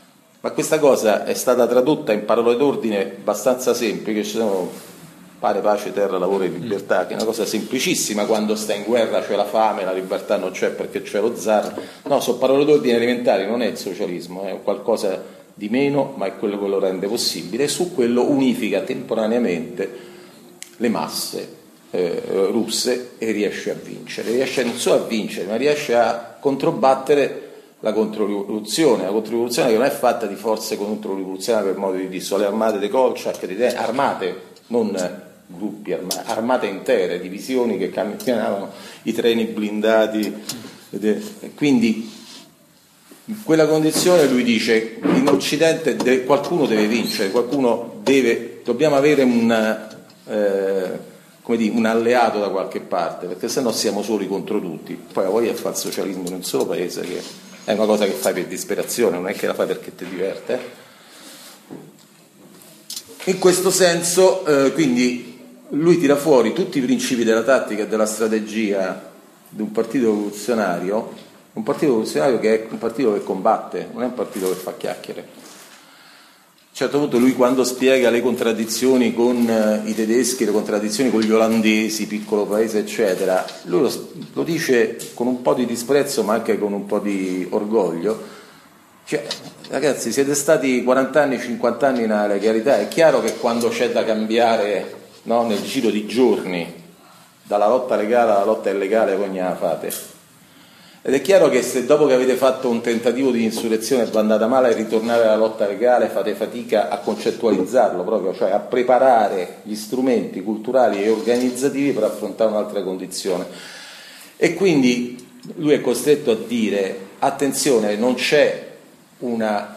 S2: Ma questa cosa è stata tradotta in parole d'ordine abbastanza semplici, ci sono pare, pace, terra, lavoro e libertà, che è una cosa semplicissima quando sta in guerra, c'è la fame, la libertà non c'è perché c'è lo zar. No, sono parole d'ordine elementari, non è il socialismo, è qualcosa di meno, ma è quello che lo rende possibile, e su quello unifica temporaneamente le masse eh, russe e riesce a vincere. Riesce non solo a vincere, ma riesce a controbattere la controrivoluzione, la controrivoluzione che non è fatta di forze controrivoluzionari per modo di dire, sono le armate di Kolchak, armate, non gruppi armati, armate intere, divisioni che camminavano i treni blindati, e quindi in quella condizione lui dice: in Occidente deve, qualcuno deve vincere, qualcuno deve, dobbiamo avere un, eh, come dire, un alleato da qualche parte, perché sennò siamo soli contro tutti. Poi la voglia di fare il socialismo in un solo paese, che è una cosa che fai per disperazione, non è che la fai perché ti diverte. In questo senso, eh, quindi, lui tira fuori tutti i principi della tattica e della strategia di un partito rivoluzionario, un partito rivoluzionario che è un partito che combatte, non è un partito che fa chiacchiere. A un certo punto lui, quando spiega le contraddizioni con i tedeschi, le contraddizioni con gli olandesi, piccolo paese eccetera, lui lo, lo dice con un po' di disprezzo ma anche con un po' di orgoglio. Cioè, ragazzi, siete stati quaranta anni, cinquanta anni nella legalità, è chiaro che quando c'è da cambiare, no, nel giro di giorni, dalla lotta legale alla lotta illegale, voi gliela fate. Ed è chiaro che se dopo che avete fatto un tentativo di insurrezione va andata male e ritornare alla lotta legale, fate fatica a concettualizzarlo proprio, cioè a preparare gli strumenti culturali e organizzativi per affrontare un'altra condizione. E quindi lui è costretto a dire: attenzione, non c'è una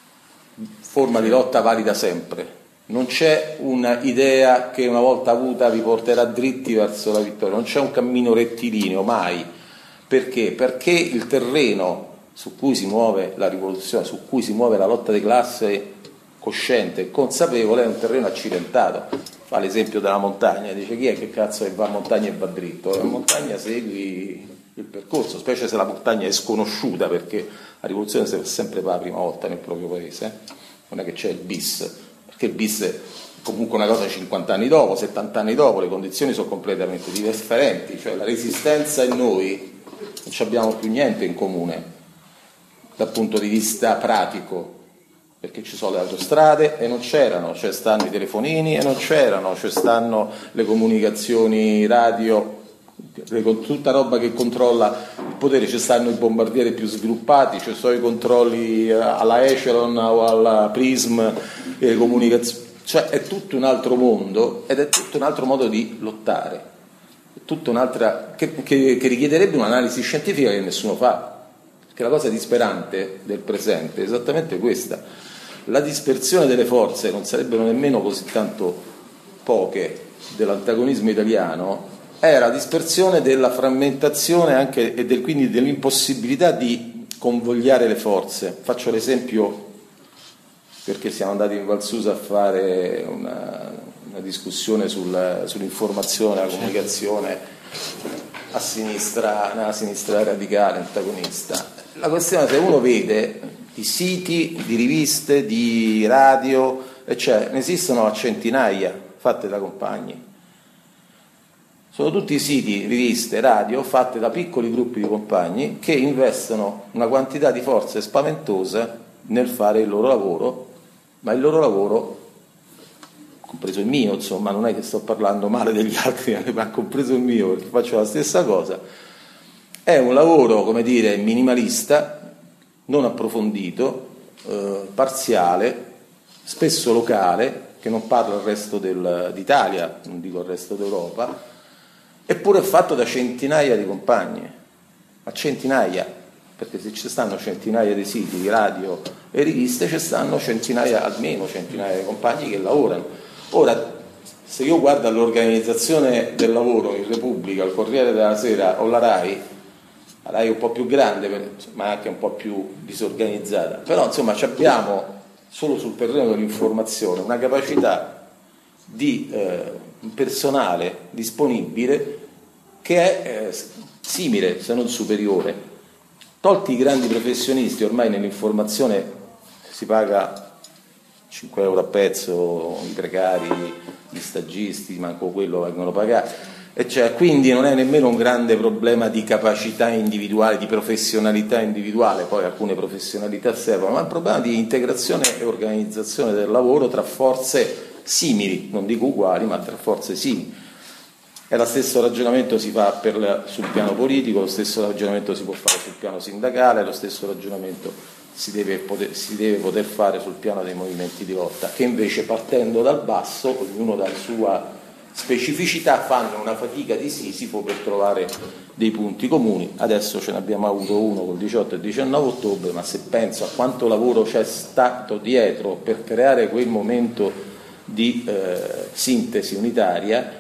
S2: forma di lotta valida sempre, non c'è un'idea che una volta avuta vi porterà dritti verso la vittoria, non c'è un cammino rettilineo, mai. Perché? Perché il terreno su cui si muove la rivoluzione, su cui si muove la lotta di classe cosciente e consapevole, è un terreno accidentato. Fa l'esempio della montagna, dice: chi è che cazzo che va a montagna e va dritto? La montagna segui il percorso, specie se la montagna è sconosciuta, perché la rivoluzione si fa sempre per la prima volta nel proprio paese, non è che c'è il bis, perché il bis è comunque una cosa cinquanta anni dopo, settanta anni dopo, le condizioni sono completamente differenti, cioè la resistenza e noi non abbiamo più niente in comune dal punto di vista pratico, perché ci sono le autostrade e non c'erano, cioè stanno i telefonini e non c'erano, cioè stanno le comunicazioni radio, tutta roba che controlla il potere, ci stanno i bombardieri più sviluppati, ci sono i controlli alla Echelon o alla Prism, le comunicazioni, cioè è tutto un altro mondo ed è tutto un altro modo di lottare. Tutta un'altra che, che, che richiederebbe un'analisi scientifica che nessuno fa, perché la cosa disperante del presente è esattamente questa. la dispersione delle forze non sarebbero nemmeno così tanto poche dell'antagonismo italiano, è la dispersione della frammentazione anche e del, quindi dell'impossibilità di convogliare le forze. Faccio l'esempio perché siamo andati in Val Susa a fare una, una discussione sul, sull'informazione, la comunicazione a sinistra, nella sinistra radicale, antagonista. La questione è se uno vede i siti di riviste, di radio, cioè ne esistono a centinaia fatte da compagni. Sono tutti siti, riviste, radio fatte da piccoli gruppi di compagni che investono una quantità di forze spaventosa nel fare il loro lavoro, ma il loro lavoro, compreso il mio, insomma, non è che sto parlando male degli altri, ma compreso il mio perché faccio la stessa cosa, è un lavoro, come dire, minimalista, non approfondito, eh, parziale, spesso locale, che non parla al resto del, d'Italia, non dico al resto d'Europa, eppure è fatto da centinaia di compagni, a centinaia, perché se ci stanno centinaia di siti, di radio e riviste, ci stanno centinaia, almeno centinaia di compagni che lavorano. Ora, se io guardo l'organizzazione del lavoro in Repubblica, il Corriere della Sera o la RAI, la RAI è un po' più grande, ma anche un po' più disorganizzata, però insomma abbiamo solo sul terreno dell'informazione una capacità di eh, personale disponibile che è eh, simile, se non superiore. Tolti i grandi professionisti, ormai nell'informazione si paga cinque euro a pezzo, i precari, gli stagisti, manco quello vengono pagati, e cioè, quindi non è nemmeno un grande problema di capacità individuale, di professionalità individuale, poi alcune professionalità servono, ma è un problema di integrazione e organizzazione del lavoro tra forze simili, non dico uguali, ma tra forze simili. E lo stesso ragionamento si fa per la, sul piano politico, lo stesso ragionamento si può fare sul piano sindacale, lo stesso ragionamento si deve, poter, si deve poter fare sul piano dei movimenti di lotta, che invece partendo dal basso, ognuno dalla sua specificità, fanno una fatica di Sisifo per trovare dei punti comuni. Adesso ce ne abbiamo avuto uno col diciotto e diciannove ottobre, ma se penso a quanto lavoro c'è stato dietro per creare quel momento di eh, sintesi unitaria,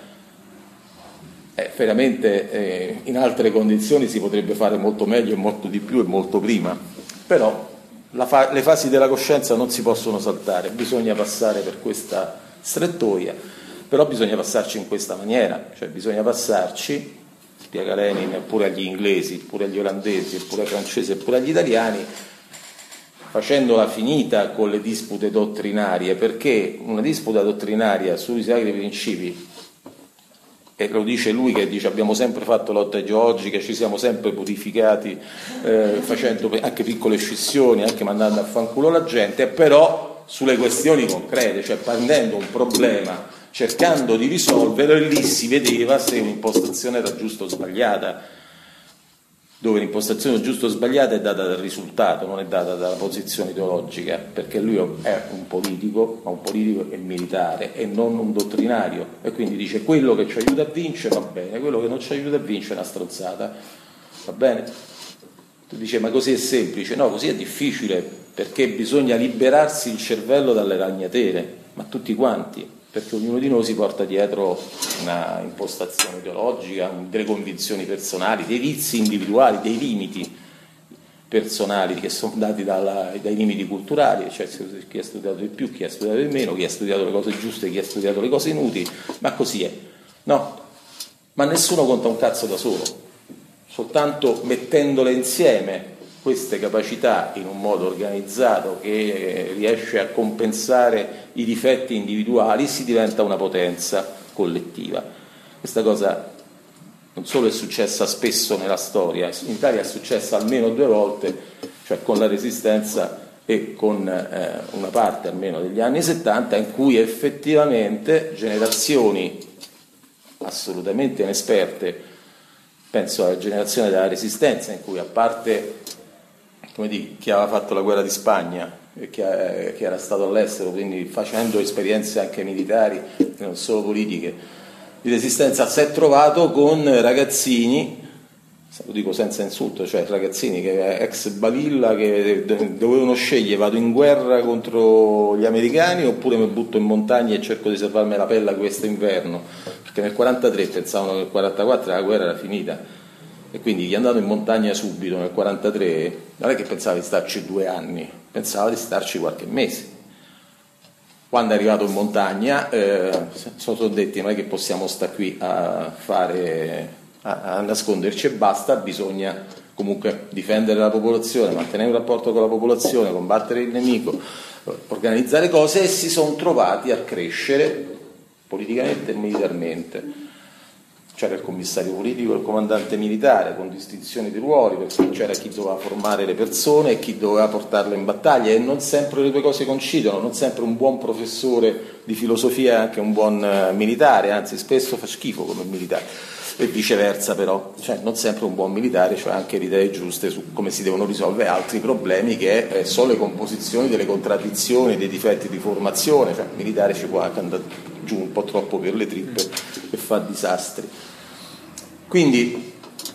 S2: Eh, veramente eh, in altre condizioni si potrebbe fare molto meglio e molto di più e molto prima, però la fa- le fasi della coscienza non si possono saltare, bisogna passare per questa strettoia, però bisogna passarci in questa maniera, cioè bisogna passarci, spiega Lenin, pure agli inglesi, pure agli olandesi, pure ai francesi e pure agli italiani, facendola finita con le dispute dottrinarie, perché una disputa dottrinaria sui sacri principi, e lo dice lui che dice abbiamo sempre fatto lotta ideologica, ci siamo sempre purificati eh, facendo anche piccole scissioni, anche mandando a fanculo la gente, però sulle questioni concrete, cioè prendendo un problema, cercando di risolverlo, e lì si vedeva se un'impostazione era giusta o sbagliata, dove l'impostazione giusta o sbagliata è data dal risultato, non è data dalla posizione ideologica, perché lui è un politico, ma un politico e militare e non un dottrinario, e quindi dice quello che ci aiuta a vincere va bene, quello che non ci aiuta a vincere è una stronzata, va bene? Tu dici ma così è semplice? No, così è difficile, perché bisogna liberarsi il cervello dalle ragnatele, ma tutti quanti, perché ognuno di noi si porta dietro una impostazione ideologica, delle convinzioni personali, dei vizi individuali, dei limiti personali che sono dati dalla, dai limiti culturali, cioè chi ha studiato di più, chi ha studiato di meno, chi ha studiato le cose giuste, chi ha studiato le cose inutili, ma così è. No, ma nessuno conta un cazzo da solo, soltanto mettendole insieme queste capacità in un modo organizzato che riesce a compensare i difetti individuali, si diventa una potenza collettiva. Questa cosa non solo è successa spesso nella storia, in Italia è successa almeno due volte, cioè con la Resistenza e con eh, una parte almeno degli anni settanta, in cui effettivamente generazioni assolutamente inesperte, penso alla generazione della Resistenza, in cui a parte come dire, chi aveva fatto la guerra di Spagna e che, eh, che era stato all'estero, quindi facendo esperienze anche militari e non solo politiche di Resistenza, si è trovato con ragazzini lo dico senza insulto, cioè ragazzini che ex balilla che dovevano scegliere: vado in guerra contro gli americani oppure mi butto in montagna e cerco di salvarmi la pelle questo inverno, perché nel quarantatré pensavano che nel quarantaquattro la guerra era finita, e quindi gli è andato in montagna subito nel quarantatré non è che pensava di starci due anni, pensava di starci qualche mese. Quando è arrivato in montagna eh, sono detti: non è che possiamo stare qui a fare a, a nasconderci e basta, bisogna comunque difendere la popolazione, mantenere un rapporto con la popolazione, combattere il nemico, organizzare cose, e si sono trovati a crescere politicamente e militarmente. C'era il commissario politico e il comandante militare con distinzioni di ruoli, perché c'era chi doveva formare le persone e chi doveva portarle in battaglia, e non sempre le due cose coincidono. Non sempre un buon professore di filosofia è anche un buon uh, militare, anzi spesso fa schifo come militare, e viceversa. Però cioè, non sempre un buon militare, cioè anche le idee giuste su come si devono risolvere altri problemi, che eh, sono le composizioni delle contraddizioni, dei difetti di formazione. Cioè il militare ci può anche andare giù un po' troppo per le trippe e fa disastri. Quindi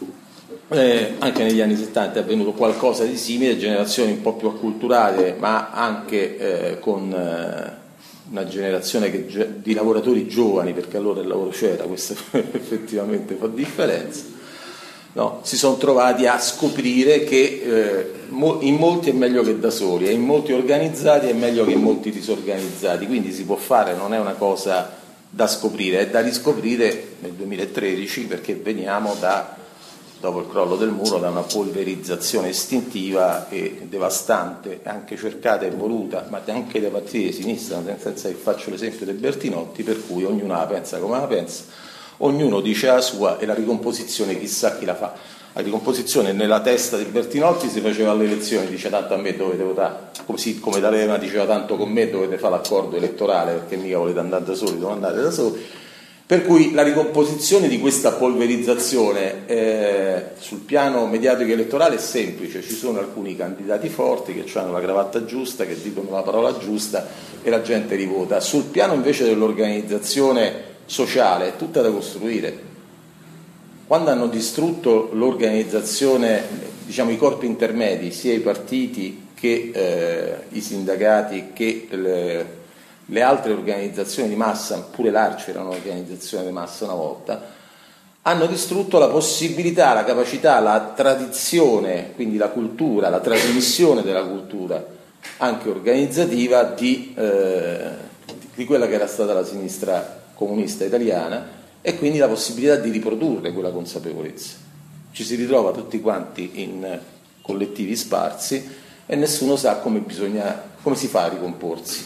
S2: eh, anche negli anni settanta è avvenuto qualcosa di simile, generazioni un po' più acculturate, ma anche eh, con eh, una generazione che, di lavoratori giovani, perché allora il lavoro c'era, questo effettivamente fa differenza, no? Si sono trovati a scoprire che eh, in molti è meglio che da soli, e in molti organizzati è meglio che in molti disorganizzati. Quindi si può fare, non è una cosa da scoprire, è da riscoprire nel duemilatredici, perché veniamo da, dopo il crollo del muro, da una polverizzazione istintiva e devastante, anche cercata e voluta, ma anche dai partiti di sinistra, nel senso che faccio l'esempio del Bertinotti, per cui ognuno la pensa come la pensa, ognuno dice la sua, e la ricomposizione chissà chi la fa. La ricomposizione nella testa di Bertinotti si faceva alle elezioni, dice: tanto a me dovete votare, così come D'Alema diceva: tanto con me dovete fare l'accordo elettorale, perché mica volete andare da soli, non andate da soli. Per cui la ricomposizione di questa polverizzazione eh, sul piano mediatico e elettorale è semplice: ci sono alcuni candidati forti che hanno la cravatta giusta, che dicono la parola giusta, e la gente li vota. Sul piano invece dell'organizzazione sociale è tutta da costruire. Quando hanno distrutto l'organizzazione, diciamo i corpi intermedi, sia i partiti che eh, i sindacati che le, le altre organizzazioni di massa, pure l'Arci era un'organizzazione di massa una volta, hanno distrutto la possibilità, la capacità, la tradizione, quindi la cultura, la trasmissione della cultura anche organizzativa di, eh, di quella che era stata la sinistra comunista italiana, e quindi la possibilità di riprodurre quella consapevolezza. Ci si ritrova tutti quanti in collettivi sparsi e nessuno sa come bisogna, come si fa a ricomporsi.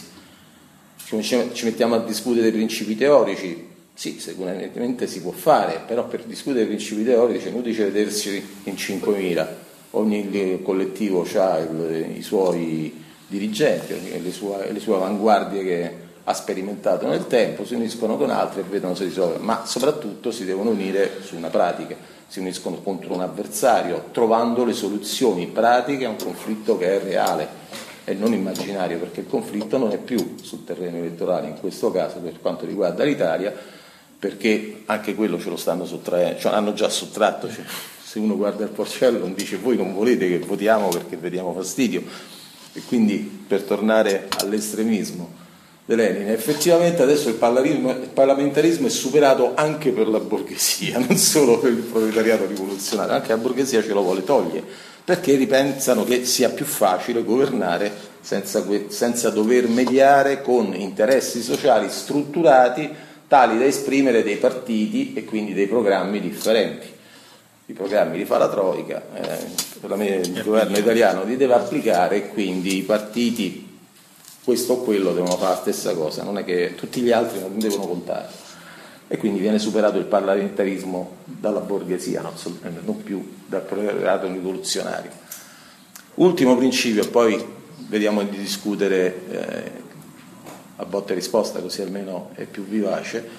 S2: Ci mettiamo a discutere dei principi teorici, sì, sicuramente si può fare, però per discutere dei principi teorici è inutile vedersi in cinquemila, ogni collettivo ha i suoi dirigenti, le sue, le sue avanguardie che ha sperimentato nel tempo, si uniscono con altri e vedono se risolve, ma soprattutto si devono unire su una pratica, si uniscono contro un avversario, trovando le soluzioni pratiche a un conflitto che è reale e non immaginario, perché il conflitto non è più sul terreno elettorale in questo caso per quanto riguarda l'Italia, perché anche quello ce lo stanno sottraendo, cioè hanno già sottratto, cioè, se uno guarda il porcello non dice: voi non volete che votiamo perché vediamo fastidio. E quindi, per tornare all'estremismo di Lenin, effettivamente adesso il parlamentarismo è superato anche per la borghesia, non solo per il proletariato rivoluzionario, anche la borghesia ce lo vuole togliere, perché ripensano che sia più facile governare senza, senza dover mediare con interessi sociali strutturati tali da esprimere dei partiti e quindi dei programmi differenti. I programmi li fa la Troica, eh, il governo italiano li deve applicare, e quindi i partiti questo o quello devono fare la stessa cosa, non è che tutti gli altri non devono contare, e quindi viene superato il parlamentarismo dalla borghesia, non, so, non più dal proletariato rivoluzionario. Ultimo principio, poi vediamo di discutere eh, a botta e risposta, così almeno è più vivace,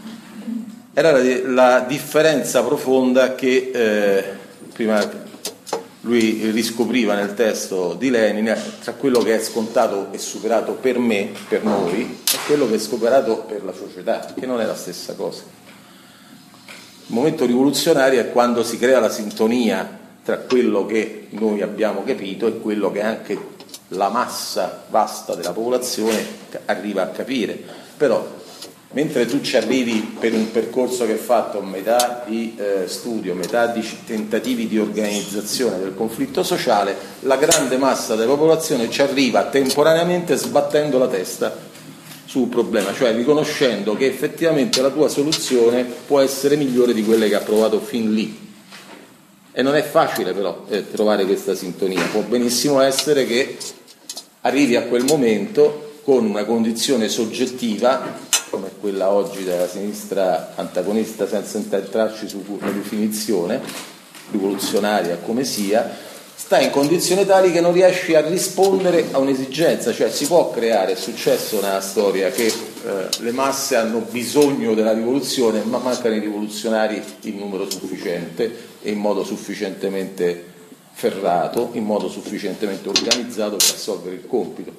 S2: era la, la differenza profonda che eh, prima lui riscopriva nel testo di Lenin tra quello che è scontato e superato per me, per noi, e quello che è superato per la società, che non è la stessa cosa. Il momento rivoluzionario è quando si crea la sintonia tra quello che noi abbiamo capito e quello che anche la massa vasta della popolazione arriva a capire. Però mentre tu ci arrivi per un percorso che è fatto a metà di eh, studio, metà di tentativi di organizzazione del conflitto sociale, la grande massa della popolazione ci arriva temporaneamente sbattendo la testa sul problema, cioè riconoscendo che effettivamente la tua soluzione può essere migliore di quelle che ha provato fin lì. E non è facile però eh, trovare questa sintonia. Può benissimo essere che arrivi a quel momento con una condizione soggettiva, come quella oggi della sinistra antagonista, senza entrarci su una definizione rivoluzionaria come sia, sta in condizioni tali che non riesci a rispondere a un'esigenza. Cioè si può creare, è successo nella storia che eh, le masse hanno bisogno della rivoluzione, ma mancano i rivoluzionari in numero sufficiente e in modo sufficientemente ferrato, in modo sufficientemente organizzato per assolvere il compito.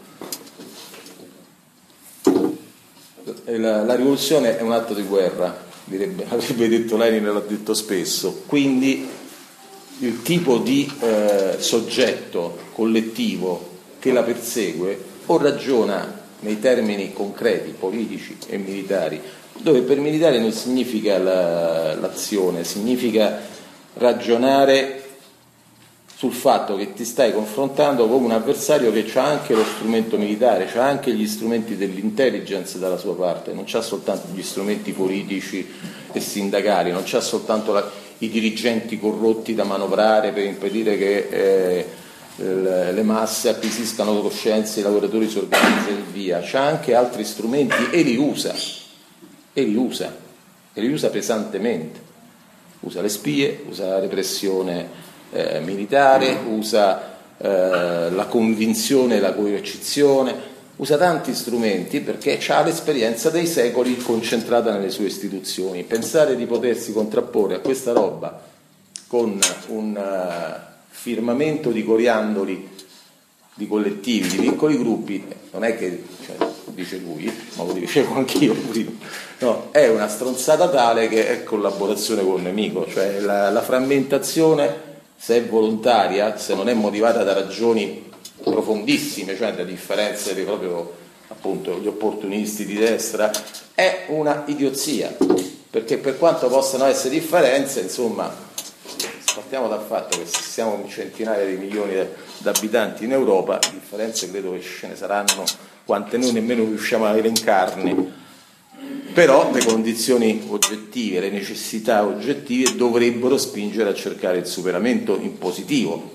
S2: La, la rivoluzione è un atto di guerra, direbbe, avrebbe detto Lenin, l'ha detto spesso, quindi il tipo di eh, soggetto collettivo che la persegue o ragiona nei termini concreti, politici e militari, dove per militare non significa la, l'azione, significa ragionare sul fatto che ti stai confrontando con un avversario che ha anche lo strumento militare, ha anche gli strumenti dell'intelligence dalla sua parte, non c'ha soltanto gli strumenti politici e sindacali, non c'ha soltanto la, i dirigenti corrotti da manovrare per impedire che eh, le masse acquisiscano coscienze, i lavoratori si organizzano e via, c'ha anche altri strumenti e li usa, e li usa, e li usa pesantemente, usa le spie, usa la repressione Eh, militare, usa eh, la convinzione e la coercizione, usa tanti strumenti perché ha l'esperienza dei secoli concentrata nelle sue istituzioni. Pensare di potersi contrapporre a questa roba con un uh, firmamento di coriandoli, di collettivi, di piccoli gruppi, non è che, cioè, dice lui, ma lo dicevo anch'io prima, no, è una stronzata tale che è collaborazione con il nemico, cioè la, la frammentazione, se è volontaria, se non è motivata da ragioni profondissime, cioè da differenze di proprio appunto gli opportunisti di destra, è una idiozia, perché per quanto possano essere differenze, insomma, partiamo dal fatto che se siamo centinaia di milioni di abitanti in Europa, differenze credo che ce ne saranno quante noi nemmeno riusciamo a elencarne. Però le condizioni oggettive, le necessità oggettive dovrebbero spingere a cercare il superamento in positivo.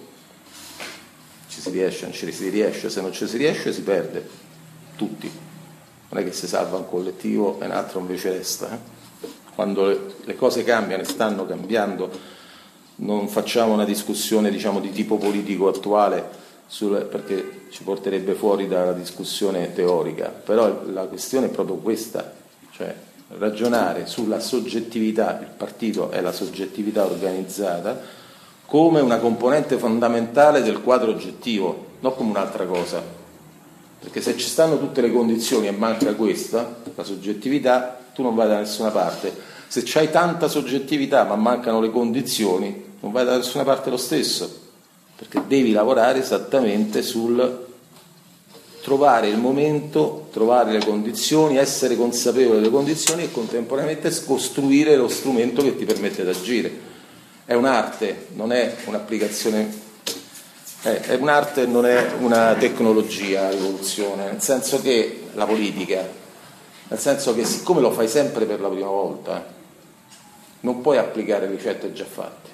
S2: Ci si riesce, non ci si riesce, se non ci si riesce si perde, tutti. Non è che si salva un collettivo e un altro invece resta. Eh? Quando le, le cose cambiano e stanno cambiando, non facciamo una discussione, diciamo, di tipo politico attuale, sul, perché ci porterebbe fuori dalla discussione teorica, però la questione è proprio questa. Cioè ragionare sulla soggettività, il partito è la soggettività organizzata, come una componente fondamentale del quadro oggettivo, non come un'altra cosa, perché se ci stanno tutte le condizioni e manca questa, la soggettività, tu non vai da nessuna parte. Se c'hai tanta soggettività ma mancano le condizioni, non vai da nessuna parte lo stesso, perché devi lavorare esattamente sul trovare il momento, trovare le condizioni, essere consapevole delle condizioni e contemporaneamente costruire lo strumento che ti permette di agire. È un'arte, non è un'applicazione, è, è un'arte, non è una tecnologia, la rivoluzione, nel senso che la politica, nel senso che siccome lo fai sempre per la prima volta, non puoi applicare ricette già fatte.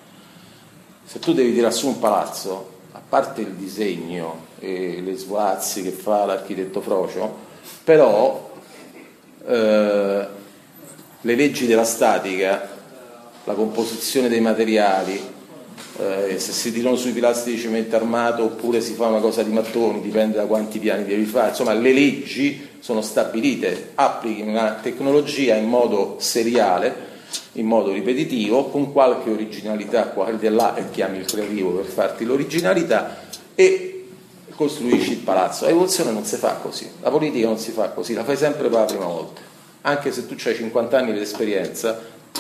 S2: Se tu devi tirare su un palazzo, a parte il disegno e le sguazzi che fa l'architetto Frocio, però eh, le leggi della statica, la composizione dei materiali, eh, se si tirano sui pilastri di cemento armato oppure si fa una cosa di mattoni, dipende da quanti piani devi fare, insomma le leggi sono stabilite, applichi una tecnologia in modo seriale, in modo ripetitivo, con qualche originalità qua e là, e chiami il creativo per farti l'originalità e costruisci il palazzo. La rivoluzione non si fa così, la politica non si fa così, la fai sempre per la prima volta, anche se tu hai cinquanta anni di esperienza,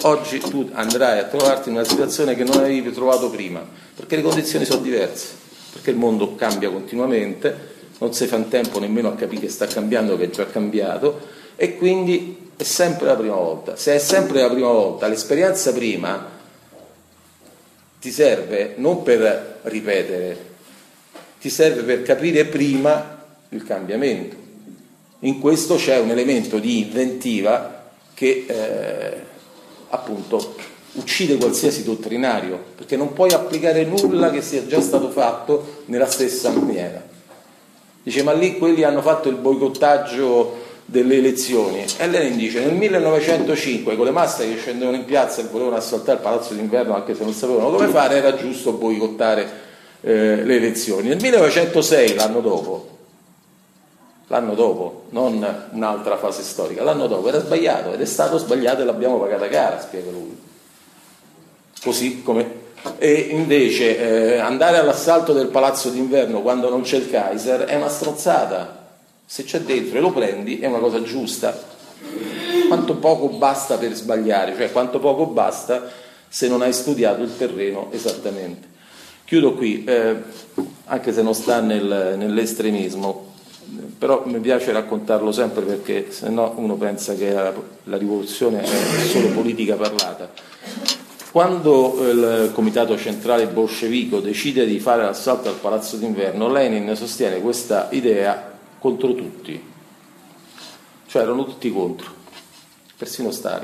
S2: oggi tu andrai a trovarti in una situazione che non avevi trovato prima, perché le condizioni sono diverse, perché il mondo cambia continuamente, non si fa in tempo nemmeno a capire che sta cambiando, che è già cambiato, e quindi è sempre la prima volta. Se è sempre la prima volta, l'esperienza prima ti serve non per ripetere, ti serve per capire prima il cambiamento. In questo c'è un elemento di inventiva che eh, appunto uccide qualsiasi dottrinario, perché non puoi applicare nulla che sia già stato fatto nella stessa maniera. Dice, ma lì quelli hanno fatto il boicottaggio delle elezioni, e Lenin dice, nel millenovecentocinque con le masse che scendevano in piazza e volevano assaltare il Palazzo d'Inverno anche se non sapevano come fare, era giusto boicottare eh, le elezioni. Nel millenovecentosei, l'anno dopo, l'anno dopo, non un'altra fase storica, l'anno dopo era sbagliato, ed è stato sbagliato e l'abbiamo pagata cara, spiega lui. Così come e invece eh, andare all'assalto del Palazzo d'Inverno quando non c'è il Kaiser è una strozzata. Se c'è dentro e lo prendi è una cosa giusta. Quanto poco basta per sbagliare, cioè quanto poco basta se non hai studiato il terreno esattamente. Chiudo qui, eh, anche se non sta nel, nell'estremismo, però mi piace raccontarlo sempre, perché se no uno pensa che la, la rivoluzione è solo politica parlata. Quando il comitato centrale bolscevico decide di fare l'assalto al Palazzo d'Inverno, Lenin sostiene questa idea contro tutti, cioè erano tutti contro, persino Stalin.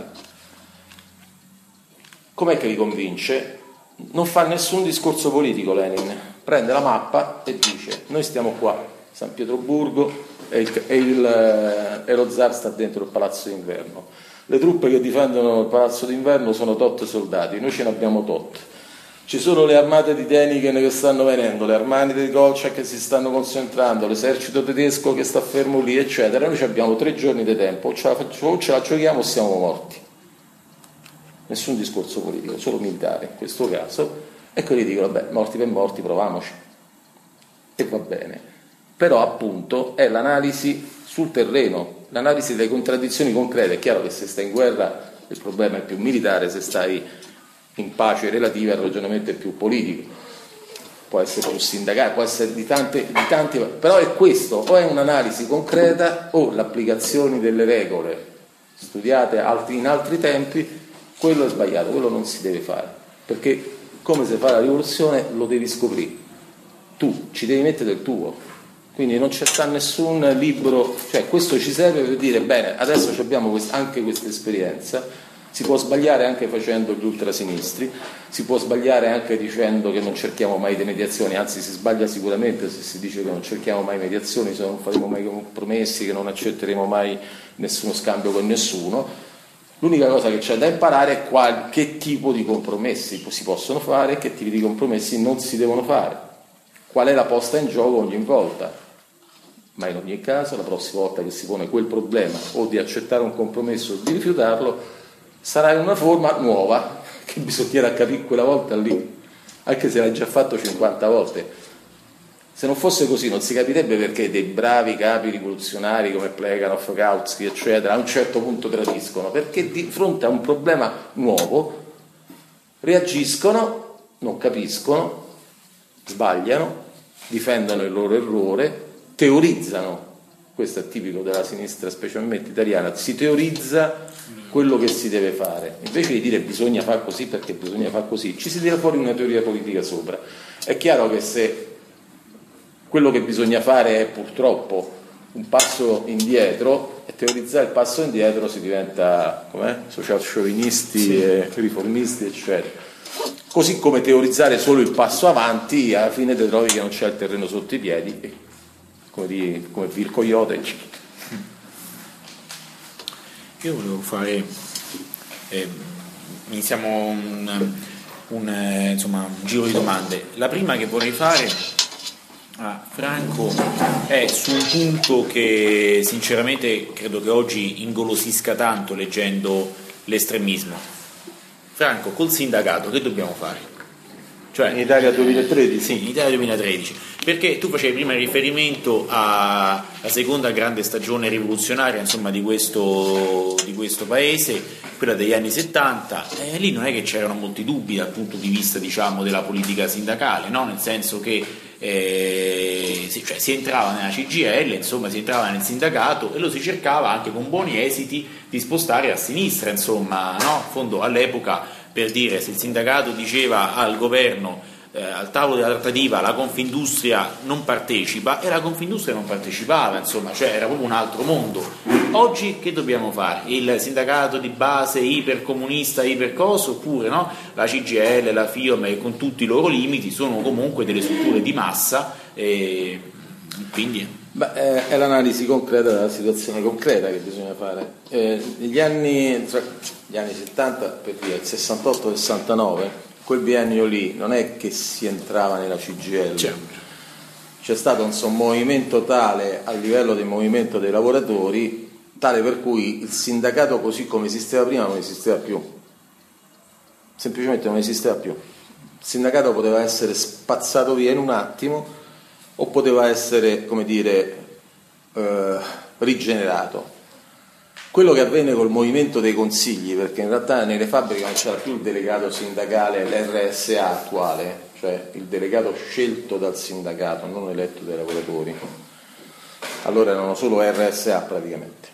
S2: Com'è che li convince? Non fa nessun discorso politico Lenin, prende la mappa e dice, noi stiamo qua, San Pietroburgo, e, il, e, il, e lo zar sta dentro il Palazzo d'Inverno. Le truppe che difendono il Palazzo d'Inverno sono tot soldati, noi ce ne abbiamo tot. Ci sono le armate titaniche che stanno venendo, le armate di Kolchak che si stanno concentrando, l'esercito tedesco che sta fermo lì, eccetera. Noi abbiamo tre giorni di tempo, o ce la, faccio, o ce la giochiamo o siamo morti. Nessun discorso politico, solo militare in questo caso. E quelli dicono, vabbè, morti per morti, proviamoci. E va bene. Però appunto è l'analisi sul terreno, l'analisi delle contraddizioni concrete. È chiaro che se stai in guerra il problema è più militare, se stai in pace relativa il ragionamento è più politico, può essere più sindacale, può essere di tante, di tanti, però è questo, o è un'analisi concreta o l'applicazione delle regole studiate in altri tempi, quello è sbagliato, quello non si deve fare, perché come si fa la rivoluzione lo devi scoprire, tu ci devi mettere del tuo. Quindi non c'è sta nessun libro, cioè questo ci serve per dire, bene, adesso abbiamo quest- anche questa esperienza, si può sbagliare anche facendo gli ultrasinistri, si può sbagliare anche dicendo che non cerchiamo mai di mediazioni, anzi si sbaglia sicuramente se si dice che non cerchiamo mai mediazioni, se non faremo mai compromessi, che non accetteremo mai nessuno scambio con nessuno. L'unica cosa che c'è da imparare è qual- che tipo di compromessi si possono fare e che tipi di compromessi non si devono fare, qual è la posta in gioco ogni volta. Ma in ogni caso la prossima volta che si pone quel problema o di accettare un compromesso o di rifiutarlo sarà in una forma nuova che bisognerà capire quella volta lì, anche se l'hai già fatto cinquanta volte. Se non fosse così non si capirebbe perché dei bravi capi rivoluzionari come Plekhanov, Kautsky eccetera a un certo punto tradiscono, perché di fronte a un problema nuovo reagiscono, non capiscono, sbagliano, difendono il loro errore, teorizzano. Questo è tipico della sinistra, specialmente italiana, si teorizza quello che si deve fare, invece di dire bisogna fare così perché bisogna fare così, ci si tira fuori una teoria politica sopra. È chiaro che se quello che bisogna fare è purtroppo un passo indietro, e teorizzare il passo indietro si diventa com'è? social sciovinisti sì. e riformisti eccetera. Così come teorizzare solo il passo avanti, alla fine ti trovi che non c'è il terreno sotto i piedi e come, di, come Vir Coyote.
S1: Io volevo fare, eh, iniziamo un, un, eh, insomma, un giro di domande. La prima che vorrei fare a Franco è su un punto che sinceramente credo che oggi ingolosisca tanto leggendo l'estremismo. Franco, col sindacato che dobbiamo fare? Cioè,
S2: in Italia duemilatredici?
S1: Sì, in Italia duemilatredici, perché tu facevi prima riferimento alla seconda grande stagione rivoluzionaria, insomma, di questo, di questo paese, quella degli anni settanta, e lì non è che c'erano molti dubbi dal punto di vista, diciamo, della politica sindacale, no? Nel senso che eh, si, cioè, si entrava nella C G I L, insomma, si entrava nel sindacato e lo si cercava anche con buoni esiti di spostare a sinistra, insomma, no? In fondo all'epoca, per dire, se il sindacato diceva al governo eh, al tavolo della trattativa la Confindustria non partecipa, e la Confindustria non partecipava, insomma, cioè era proprio un altro mondo. Oggi che dobbiamo fare? Il sindacato di base ipercomunista, ipercoso, oppure no? La C G I L, la FIOM, con tutti i loro limiti, sono comunque delle strutture di massa, e quindi...
S2: Beh, è l'analisi concreta della situazione concreta che bisogna fare. Eh, negli anni, tra gli anni settanta, per dire, il sessantotto sessantanove, quel biennio lì, non è che si entrava nella C G I L.
S1: C'è,
S2: C'è stato un sommovimento tale a livello del movimento dei lavoratori, tale per cui il sindacato così come esisteva prima non esisteva più. Semplicemente non esisteva più. Il sindacato poteva essere spazzato via in un attimo, o poteva essere, come dire, eh, rigenerato. Quello che avvenne col movimento dei consigli, perché in realtà nelle fabbriche non c'era più il delegato sindacale, l'R S A attuale, cioè il delegato scelto dal sindacato, non eletto dai lavoratori. Allora erano solo R S A praticamente,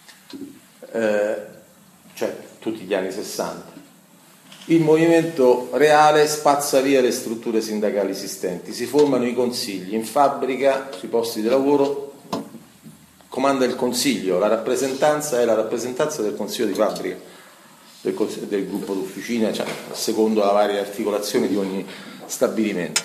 S2: eh, cioè tutti gli anni sessanta. Il movimento reale spazza via le strutture sindacali esistenti, si formano i consigli, in fabbrica, sui posti di lavoro, comanda il consiglio, la rappresentanza è la rappresentanza del consiglio di fabbrica, del, del gruppo d'ufficina, cioè, secondo la varia articolazione di ogni stabilimento.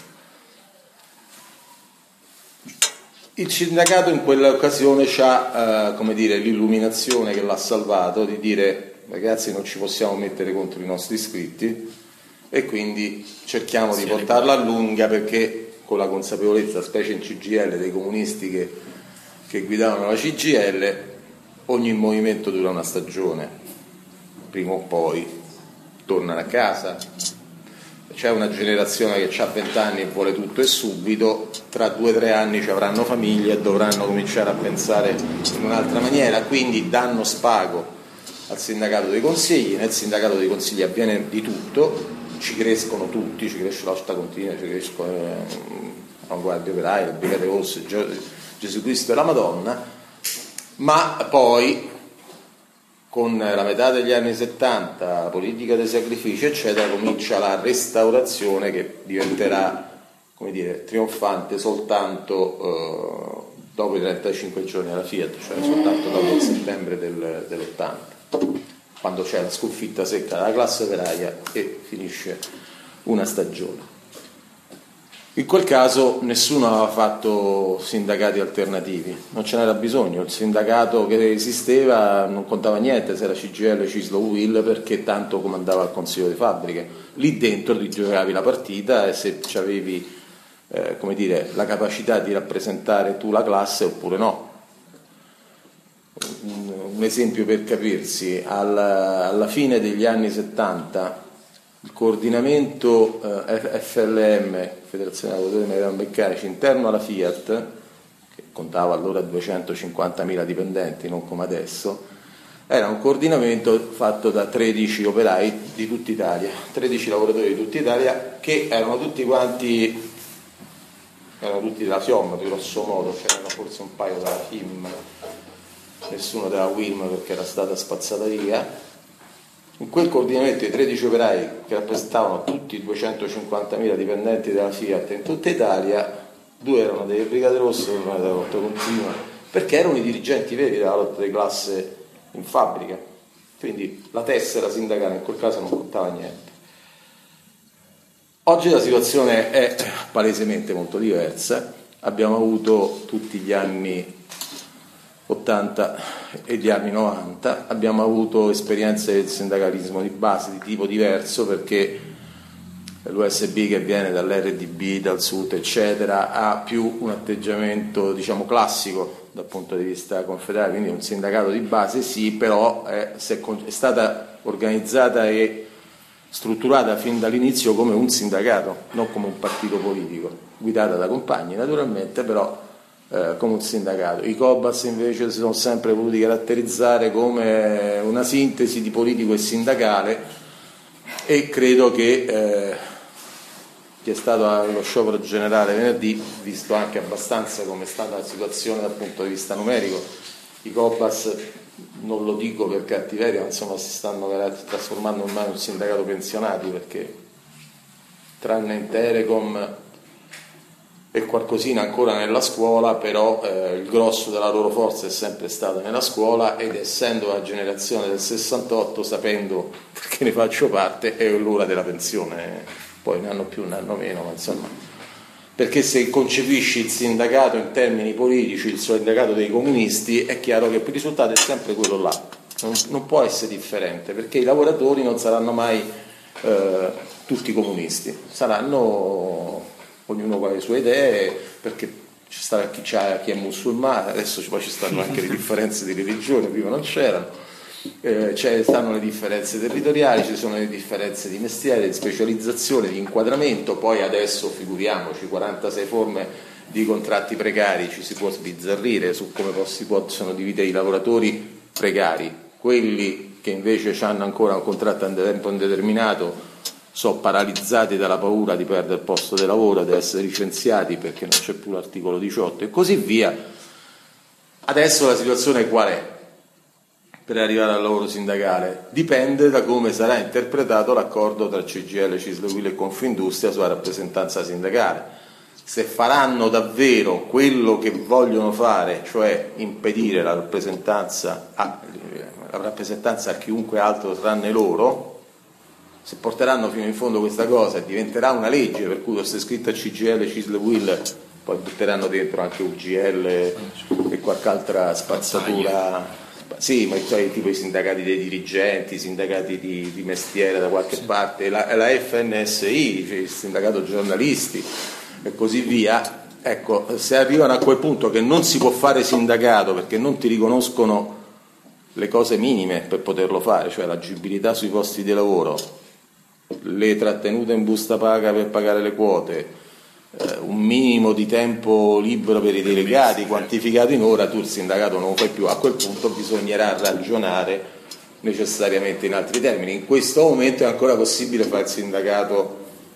S2: Il sindacato in quell'occasione ha, eh, come dire, l'illuminazione che l'ha salvato di dire: ragazzi, non ci possiamo mettere contro i nostri iscritti e quindi cerchiamo di portarla a lunga, perché con la consapevolezza, specie in C G I L, dei comunisti che, che guidavano la C G I L, ogni movimento dura una stagione, prima o poi tornano a casa. C'è una generazione che ha vent'anni e vuole tutto e subito, tra due o tre anni ci avranno famiglia e dovranno cominciare a pensare in un'altra maniera, quindi danno spago al sindacato dei consigli. Nel sindacato dei consigli avviene di tutto, ci crescono tutti, ci cresce la lotta continua, ci crescono eh, Avanguardia Operaia, le Brigate Rosse, Gesù Cristo e la Madonna, ma poi con la metà degli anni settanta, la politica dei sacrifici eccetera, comincia la restaurazione che diventerà, come dire, trionfante soltanto eh, dopo i trentacinque giorni alla Fiat, cioè soltanto dopo il settembre del, dell'ottanta, quando c'è la sconfitta secca della classe operaia e finisce una stagione. In quel caso nessuno aveva fatto sindacati alternativi, non ce n'era bisogno, il sindacato che esisteva non contava niente se era C G I L, C I S L o U I L, perché tanto comandava il consiglio di fabbriche. Lì dentro ti giocavi la partita e se avevi eh, come dire, la capacità di rappresentare tu la classe oppure no. Un esempio per capirsi: alla, alla fine degli anni settanta il coordinamento eh, F L M, Federazione dei Lavoratori Metalmeccanici, interno alla Fiat, che contava allora duecentocinquantamila dipendenti, non come adesso, era un coordinamento fatto da tredici operai di tutta Italia, tredici lavoratori di tutta Italia, che erano tutti quanti, erano tutti della FIOM, grosso modo, c'erano forse un paio della F I M, nessuno della W I L M perché era stata spazzata via. In quel coordinamento i tredici operai che rappresentavano tutti i duecentocinquantamila dipendenti della Fiat in tutta Italia, due erano delle Brigate Rosse e uno della lotta continua, perché erano i dirigenti veri della lotta di classe in fabbrica, quindi la tessera sindacale in quel caso non contava niente. Oggi la situazione è palesemente molto diversa, abbiamo avuto tutti gli anni ottanta e gli anni novanta, abbiamo avuto esperienze del sindacalismo di base di tipo diverso, perché l'U S B che viene dall'R D B, dal Sud eccetera, ha più un atteggiamento diciamo classico dal punto di vista confederale, quindi un sindacato di base sì, però è, è stata organizzata e strutturata fin dall'inizio come un sindacato, non come un partito politico, guidata da compagni naturalmente, però eh, come un sindacato. I Cobas invece si sono sempre voluti caratterizzare come una sintesi di politico e sindacale, e credo che eh, chi è stato allo sciopero generale venerdì, visto anche abbastanza come è stata la situazione dal punto di vista numerico, i Cobas, non lo dico per cattiveria, ma insomma si stanno trasformando ormai in un sindacato pensionati, perché tranne in Telecom e qualcosina ancora nella scuola, però eh, il grosso della loro forza è sempre stato nella scuola, ed essendo la generazione del sessantotto, sapendo perché ne faccio parte, è l'ora della pensione, poi ne hanno più, ne hanno meno, ma insomma, perché se concepisci il sindacato in termini politici, il sindacato dei comunisti, è chiaro che il risultato è sempre quello là, non, non può essere differente, perché i lavoratori non saranno mai eh, tutti comunisti, saranno ognuno con le sue idee, perché ci sta chi, c'ha, chi è musulmano, adesso poi ci stanno anche le differenze di religione, prima non c'erano, eh, ci stanno le differenze territoriali, ci sono le differenze di mestiere, di specializzazione, di inquadramento, poi adesso figuriamoci quarantasei forme di contratti precari, ci si può sbizzarrire su come si possono dividere i lavoratori precari, quelli che invece hanno ancora un contratto a tempo indeterminato sono paralizzati dalla paura di perdere il posto di lavoro, di essere licenziati perché non c'è più l'articolo diciotto e così via. Adesso la situazione qual è per arrivare al lavoro sindacale? Dipende da come sarà interpretato l'accordo tra C G I L, Cisl-U I L e Confindustria sulla rappresentanza sindacale. Se faranno davvero quello che vogliono fare, cioè impedire la rappresentanza a, la rappresentanza a chiunque altro tranne loro, se porteranno fino in fondo questa cosa e diventerà una legge per cui se è scritta C G I L, Cisl-U I L, poi butteranno dentro anche U G L e qualche altra spazzatura, sì, ma cioè, tipo i sindacati dei dirigenti, i sindacati di, di mestiere da qualche parte, la, la F N S I, cioè il sindacato giornalisti e così via. Ecco, se arrivano a quel punto che non si può fare sindacato perché non ti riconoscono le cose minime per poterlo fare, cioè l'agibilità sui posti di lavoro, le trattenute in busta paga per pagare le quote, eh, un minimo di tempo libero per i delegati quantificato in ora, tu il sindacato non lo fai più. A quel punto bisognerà ragionare necessariamente in altri termini. In questo momento è ancora possibile fare il sindacato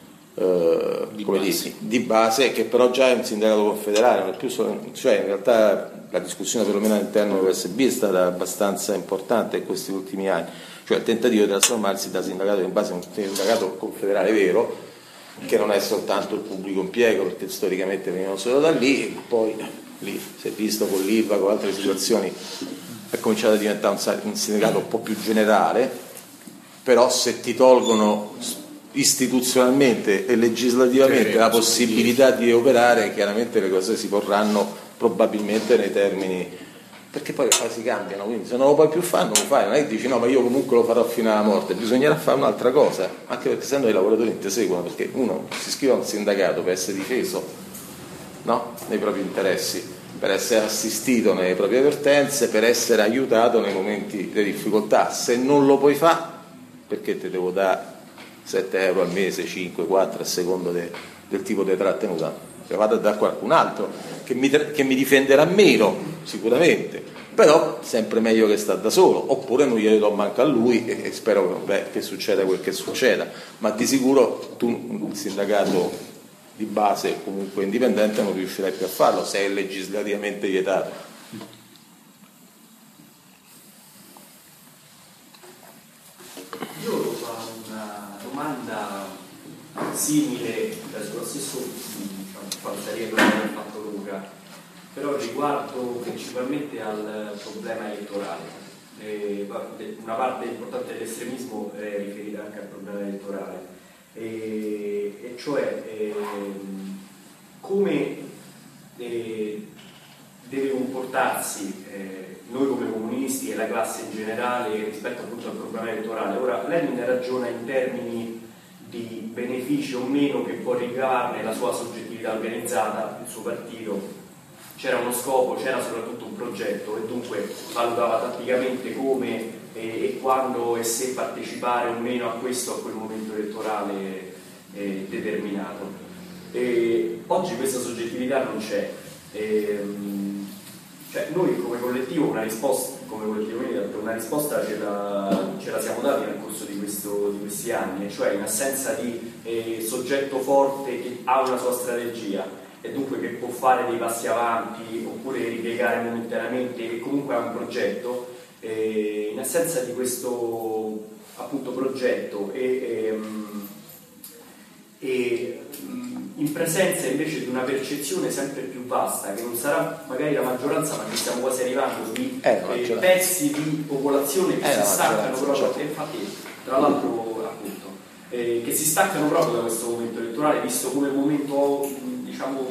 S2: eh, di, come base. Dici, di base, che però già è un sindacato confederale, non è più solo, cioè in realtà la discussione perlomeno all'interno dell'U S B è stata abbastanza importante in questi ultimi anni, cioè il tentativo di trasformarsi da sindacato in base a un sindacato confederale vero, che non è soltanto il pubblico impiego, perché storicamente venivano solo da lì, e poi lì si è visto con l'I V A, con altre situazioni, è cominciato a diventare un sindacato un po' più generale, però se ti tolgono istituzionalmente e legislativamente la possibilità di operare, chiaramente le cose si porranno probabilmente nei termini, perché poi le fasi cambiano, quindi se non lo puoi più fare non lo fai, non è che dici no ma io comunque lo farò fino alla morte, bisognerà fare un'altra cosa, anche perché se no i lavoratori non ti seguono, perché uno si iscrive a un sindacato per essere difeso, no? Nei propri interessi, per essere assistito nelle proprie vertenze, per essere aiutato nei momenti di difficoltà. Se non lo puoi fare, perché ti devo dare sette euro al mese, cinque, quattro a secondo de, del tipo di trattenuta, che vado da qualcun altro che mi, che mi difenderà meno sicuramente, però sempre meglio che sta da solo, oppure non glielo do manco a lui e, e spero beh, che succeda quel che succeda, ma di sicuro tu un sindacato di base comunque indipendente non riuscirai più a farlo se è legislativamente vietato.
S3: Io volevo fare una domanda simile sullo stesso diciamo, falsaria che ha fatto Luca, però riguardo principalmente al problema elettorale. Eh, una parte importante dell'estremismo è riferita anche al problema elettorale, e, e cioè eh, come eh, deve comportarsi eh, noi come comunisti e la classe in generale rispetto appunto al problema elettorale. Ora, Lenin ragiona in termini di benefici o meno che può ricavarne la sua soggettività organizzata, il suo partito. C'era uno scopo, c'era soprattutto un progetto e dunque valutava tatticamente come e, e quando e se partecipare o meno a questo o a quel momento elettorale eh, determinato. E oggi questa soggettività non c'è. E, cioè, noi come collettivo una risposta, come collettivo una risposta ce la, ce la siamo dati nel corso di, questo, di questi anni, cioè in assenza di eh, soggetto forte che ha una sua strategia e dunque che può fare dei passi avanti oppure ripiegare momentaneamente e comunque ha un progetto, eh, in assenza di questo appunto progetto e, ehm, e in presenza invece di una percezione sempre più vasta che non sarà magari la maggioranza ma che stiamo quasi arrivando di eh, eh, pezzi di popolazione che eh, si staccano proprio certo. E infatti tra l'altro appunto eh, che si staccano proprio da questo momento elettorale visto come momento diciamo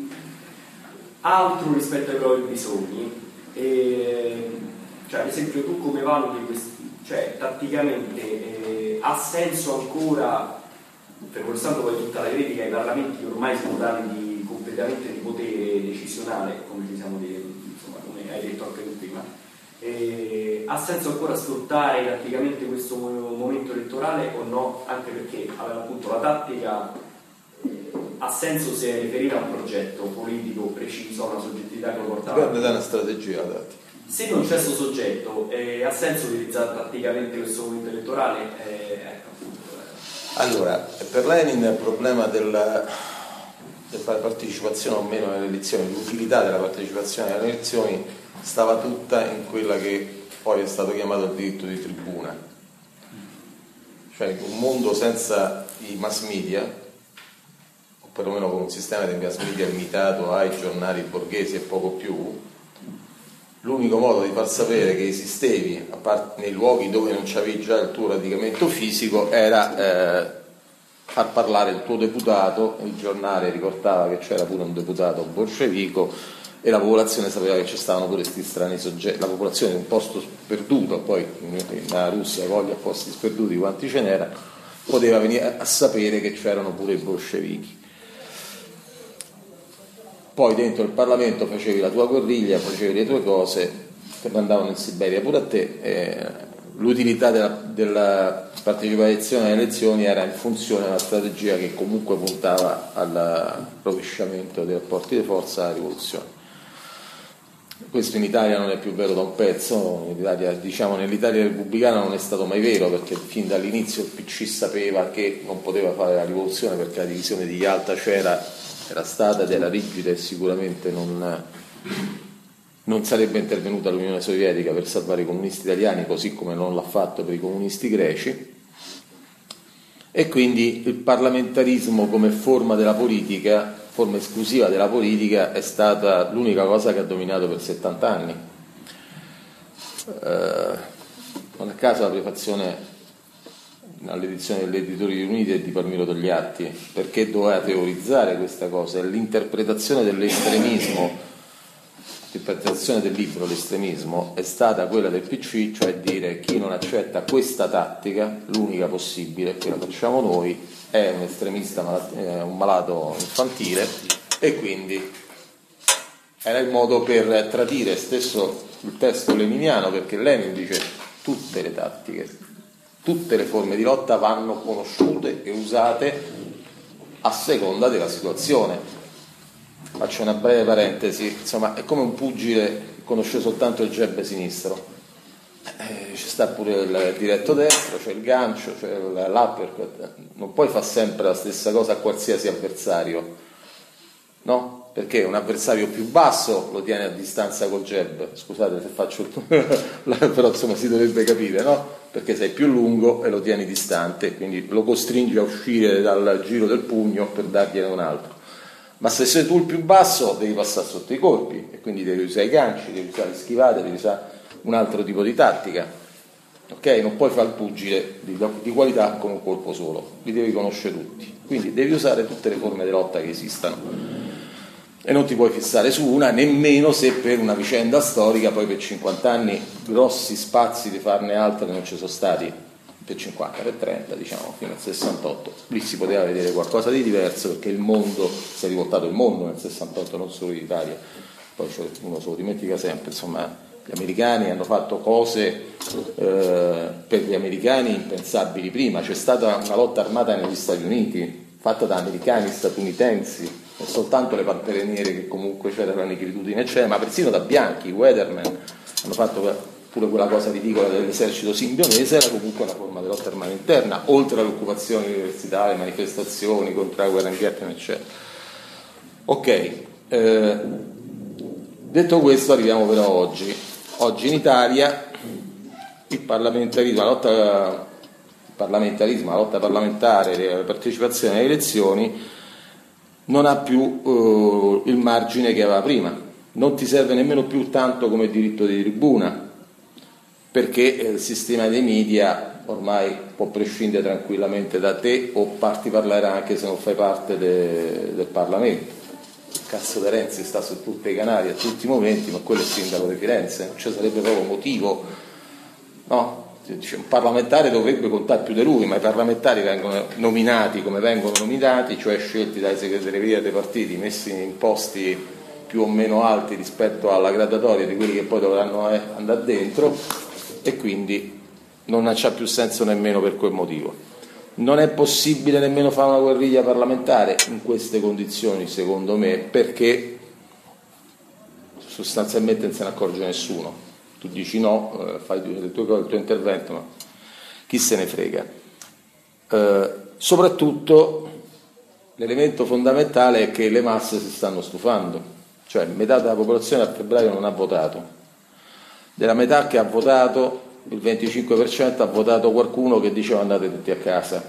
S3: altro rispetto ai propri bisogni e, cioè ad esempio tu come valuti questo, cioè tatticamente eh, ha senso ancora fermo restando poi tutta la critica ai parlamenti che ormai sono dati di, completamente di potere decisionale, come ci siamo detti, insomma, come hai detto anche tu prima, e ha senso ancora sfruttare tatticamente questo momento elettorale o no? Anche perché appunto la tattica eh, ha senso se è riferita a un progetto politico preciso, a una soggettività che lo porta avanti.
S2: Dipende da una strategia la tattica.
S3: Se non c'è questo soggetto, eh, ha senso utilizzare tatticamente questo momento elettorale? Eh, ecco.
S2: Allora, per Lenin il problema della, della partecipazione o meno alle elezioni, l'utilità della partecipazione alle elezioni stava tutta in quella che poi è stato chiamato il diritto di tribuna, cioè un mondo senza i mass media, o perlomeno con un sistema di mass media limitato ai giornali borghesi e poco più. L'unico modo di far sapere che esistevi, a parte nei luoghi dove non c'avevi già il tuo radicamento fisico, era eh, far parlare il tuo deputato. Il giornale riportava che c'era pure un deputato bolscevico e la popolazione sapeva che ci stavano pure questi strani soggetti. La popolazione di un posto sperduto, poi in Russia hai voglia posti sperduti quanti ce n'era, poteva venire a sapere che c'erano pure i bolscevichi. Poi dentro il Parlamento facevi la tua guerriglia, facevi le tue cose, ti mandavano in Siberia pure a te. Eh, l'utilità della, della partecipazione alle elezioni era in funzione della strategia che comunque puntava al rovesciamento dei rapporti di forza alla rivoluzione. Questo in Italia non è più vero da un pezzo, in Italia, diciamo nell'Italia repubblicana non è stato mai vero, perché fin dall'inizio il P C sapeva che non poteva fare la rivoluzione perché la divisione di Yalta c'era, era stata ed era rigida e sicuramente non, non sarebbe intervenuta l'Unione Sovietica per salvare i comunisti italiani, così come non l'ha fatto per i comunisti greci. E quindi il parlamentarismo come forma della politica, forma esclusiva della politica, è stata l'unica cosa che ha dominato per settanta anni. Eh, non a caso la prefazione all'edizione degli Editori Riuniti è di Palmiro Togliatti, perché doveva teorizzare questa cosa. L'interpretazione dell'estremismo, l'interpretazione del libro L'estremismo è stata quella del P C, cioè dire chi non accetta questa tattica, l'unica possibile, che la facciamo noi, è un estremista, è un malato infantile, e quindi era il modo per tradire stesso il testo leniniano, perché Lenin dice tutte le tattiche, tutte le forme di lotta vanno conosciute e usate a seconda della situazione. Faccio una breve parentesi, insomma è come un pugile che conosce soltanto il jab sinistro, eh, ci sta pure il diretto destro, c'è il gancio, c'è l'uppercut, non puoi fare sempre la stessa cosa a qualsiasi avversario, no? Perché un avversario più basso lo tiene a distanza col jab, scusate se faccio il però insomma si dovrebbe capire, no? Perché sei più lungo e lo tieni distante, quindi lo costringi a uscire dal giro del pugno per dargliene un altro. Ma se sei tu il più basso devi passare sotto i colpi e quindi devi usare i ganci, devi usare le schivate, devi usare un altro tipo di tattica, ok? Non puoi fare il pugile di, di qualità con un colpo solo, li devi conoscere tutti, quindi devi usare tutte le forme di lotta che esistano e non ti puoi fissare su una, nemmeno se per una vicenda storica poi per cinquanta anni grossi spazi di farne altre non ci sono stati, per cinquanta, per trenta, diciamo, fino al sessantotto. Lì si poteva vedere qualcosa di diverso, perché il mondo, si è rivoltato il mondo nel sessantotto, non solo l'Italia, poi uno se lo dimentica sempre, insomma, Gli americani hanno fatto cose eh, per gli americani impensabili prima. C'è stata una lotta armata negli Stati Uniti fatta da americani statunitensi, non soltanto le Pantere Nere che comunque c'era la negritudine eccetera, ma persino da bianchi. I Weathermen hanno fatto pure quella cosa ridicola dell'esercito simbionese, era comunque una forma di lotta armata interna, oltre all'occupazione universitaria, le manifestazioni contro la guerra in Vietnam eccetera. Ok, eh, detto questo arriviamo però a oggi. Oggi in Italia il parlamentarismo, la lotta, il parlamentarismo, la lotta parlamentare, la partecipazione alle elezioni non ha più eh, il margine che aveva prima. Non ti serve nemmeno più tanto come diritto di tribuna, perché eh, il sistema dei media ormai può prescindere tranquillamente da te o farti parlare anche se non fai parte de, del Parlamento. Il cazzo di Renzi sta su tutti i canali a tutti i momenti, ma quello è il sindaco di Firenze, non ci sarebbe proprio motivo, no? Un parlamentare dovrebbe contare più di lui, ma i parlamentari vengono nominati come vengono nominati, cioè scelti dai segretariati dei partiti, messi in posti più o meno alti rispetto alla graduatoria di quelli che poi dovranno andare dentro, e quindi non c'ha più senso nemmeno per quel motivo. Non è possibile nemmeno fare una guerriglia parlamentare in queste condizioni, secondo me, perché sostanzialmente non se ne accorge nessuno. Tu dici no, fai le tue cose, il tuo intervento, ma chi se ne frega. Eh, soprattutto l'elemento fondamentale è che le masse si stanno stufando, cioè metà della popolazione a febbraio non ha votato. Della metà che ha votato, il venticinque per cento ha votato qualcuno che diceva andate tutti a casa,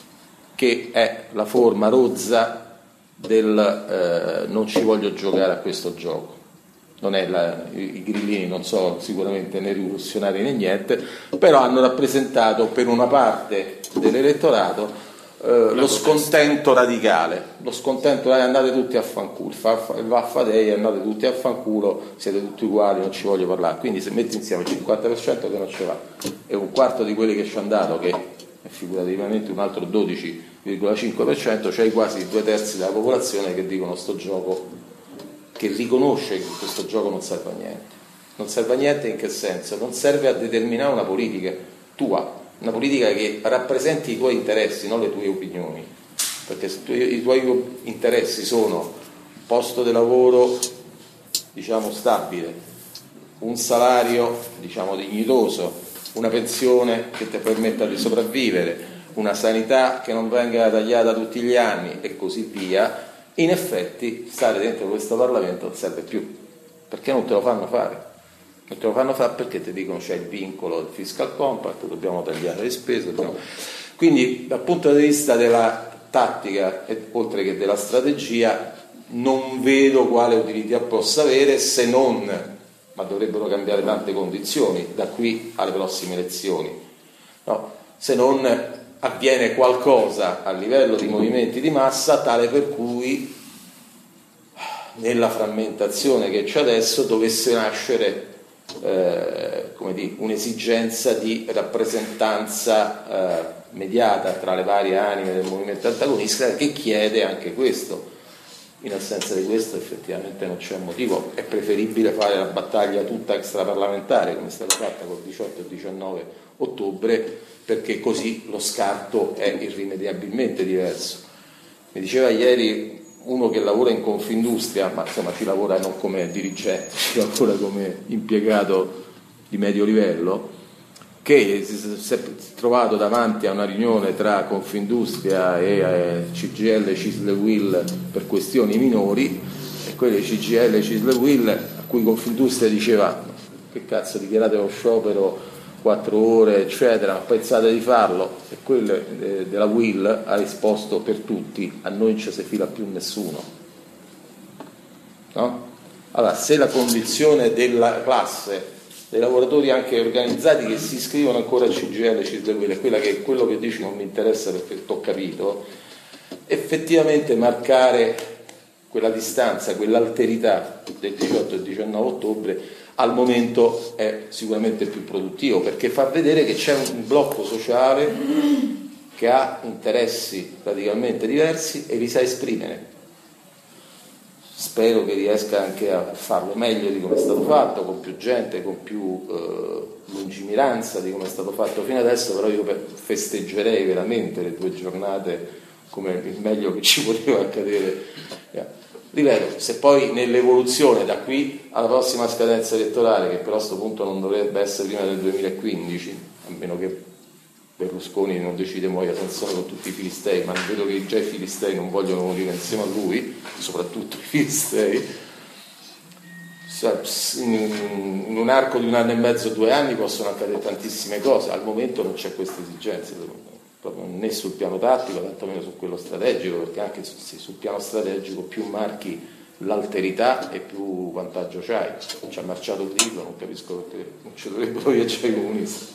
S2: che è la forma rozza del eh, non ci voglio giocare a questo gioco. Non è la, i, i grillini non sono sicuramente né rivoluzionari né niente, però hanno rappresentato per una parte dell'elettorato eh, lo scontento radicale, lo scontento radicale, andate tutti a fanculo, fa, fa, va a Fadei, andate tutti a fanculo, siete tutti uguali, non ci voglio parlare. Quindi se metti insieme il cinquanta per cento che non ce l'ha e un quarto di quelli che ci hanno dato, che è figurativamente un altro dodici virgola cinque per cento, c'hai quasi due terzi della popolazione che dicono sto gioco, che riconosce che questo gioco non serve a niente. Non serve a niente in che senso? Non serve a determinare una politica tua, una politica che rappresenti i tuoi interessi, non le tue opinioni, perché se i tuoi interessi sono un posto di lavoro, diciamo, stabile, un salario, diciamo, dignitoso, una pensione che ti permetta di sopravvivere, una sanità che non venga tagliata tutti gli anni e così via, in effetti stare dentro questo Parlamento non serve più, perché non te lo fanno fare. Non te lo fanno fare perché ti dicono c'è il vincolo del fiscal compact, dobbiamo tagliare le spese, dobbiamo... Quindi dal punto di vista della tattica e oltre che della strategia non vedo quale utilità possa avere, se non, ma dovrebbero cambiare tante condizioni da qui alle prossime elezioni, no? Se non avviene qualcosa a livello di movimenti di massa tale per cui nella frammentazione che c'è adesso dovesse nascere eh, come dire, un'esigenza di rappresentanza eh, mediata tra le varie anime del movimento antagonista che chiede anche questo. In assenza di questo effettivamente non c'è motivo, è preferibile fare la battaglia tutta extraparlamentare come è stata fatta col diciotto e diciannove ottobre, perché così lo scarto è irrimediabilmente diverso. Mi diceva ieri uno che lavora in Confindustria, ma insomma ci lavora non come dirigente, ci lavora come impiegato di medio livello, che si è trovato davanti a una riunione tra Confindustria e C G I L, Cisle Will per questioni minori, e quelle C G I L, Cisle Will a cui Confindustria diceva che cazzo, dichiarate lo sciopero quattro ore eccetera, ma pensate di farlo, e quello della Will ha risposto per tutti, a noi non ci si fila più nessuno, no? Allora, se la condizione della classe, dei lavoratori anche organizzati che si iscrivono ancora a C G I L, Cisle Will, è quella che quello che dici non mi interessa perché t'ho capito, effettivamente marcare quella distanza, quell'alterità del diciotto e diciannove ottobre al momento è sicuramente più produttivo, perché fa vedere che c'è un blocco sociale che ha interessi radicalmente diversi e li sa esprimere. spero che riesca anche a farlo meglio di come è stato fatto, con più gente, con più eh, lungimiranza di come è stato fatto fino adesso, però io festeggerei veramente le due giornate come il meglio che ci poteva accadere. Ripeto, se poi nell'evoluzione da qui alla prossima scadenza elettorale, che però a questo punto non dovrebbe essere prima del duemilaquindici, a meno che Berlusconi non decide muoia Sansone con tutti i filistei, ma vedo che già i filistei non vogliono morire insieme a lui, soprattutto i filistei, in un arco di un anno e mezzo, due anni possono accadere tantissime cose. Al momento non c'è questa esigenza, proprio né sul piano tattico, tantomeno su quello strategico, perché anche sul piano strategico più marchi l'alterità e più vantaggio c'hai. Ci ha marciato il Grillo, non capisco perché non ci dovrebbero viaggiare i comunisti.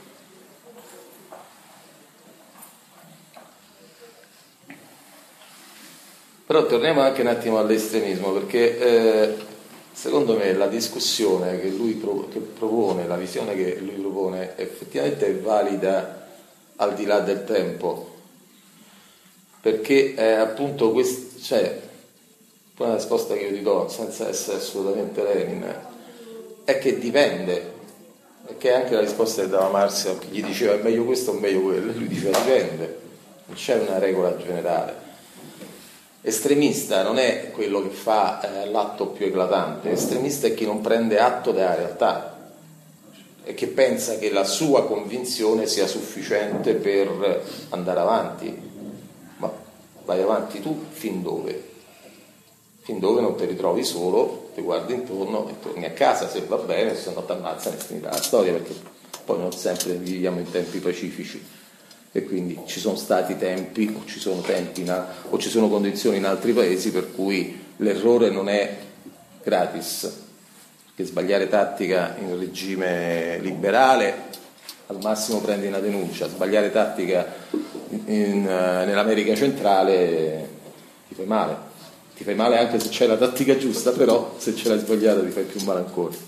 S2: Però torniamo anche un attimo all'estremismo, perché eh, secondo me la discussione che lui pro- che propone, la visione che lui propone, effettivamente è valida al di là del tempo, perché eh, appunto quest- cioè, poi una risposta che io ti do senza essere assolutamente Lenin è che dipende, che è anche la risposta che dava Marx, che gli diceva è meglio questo o meglio quello, e lui diceva dipende, non c'è una regola generale. Estremista non è quello che fa eh, l'atto più eclatante, estremista è chi non prende atto della realtà e che pensa che la sua convinzione sia sufficiente per andare avanti. Ma vai avanti tu fin dove? Fin dove non ti ritrovi solo, ti guardi intorno e torni a casa se va bene, se no ti ammazza e finita la storia, perché poi non sempre viviamo in tempi pacifici. E quindi ci sono stati tempi o ci sono tempi in, o ci sono condizioni in altri paesi per cui l'errore non è gratis, che sbagliare tattica in regime liberale al massimo prendi una denuncia, sbagliare tattica in, in, nell'America centrale ti fai male, ti fai male anche se c'è la tattica giusta, però se ce l'hai sbagliata ti fai più male ancora.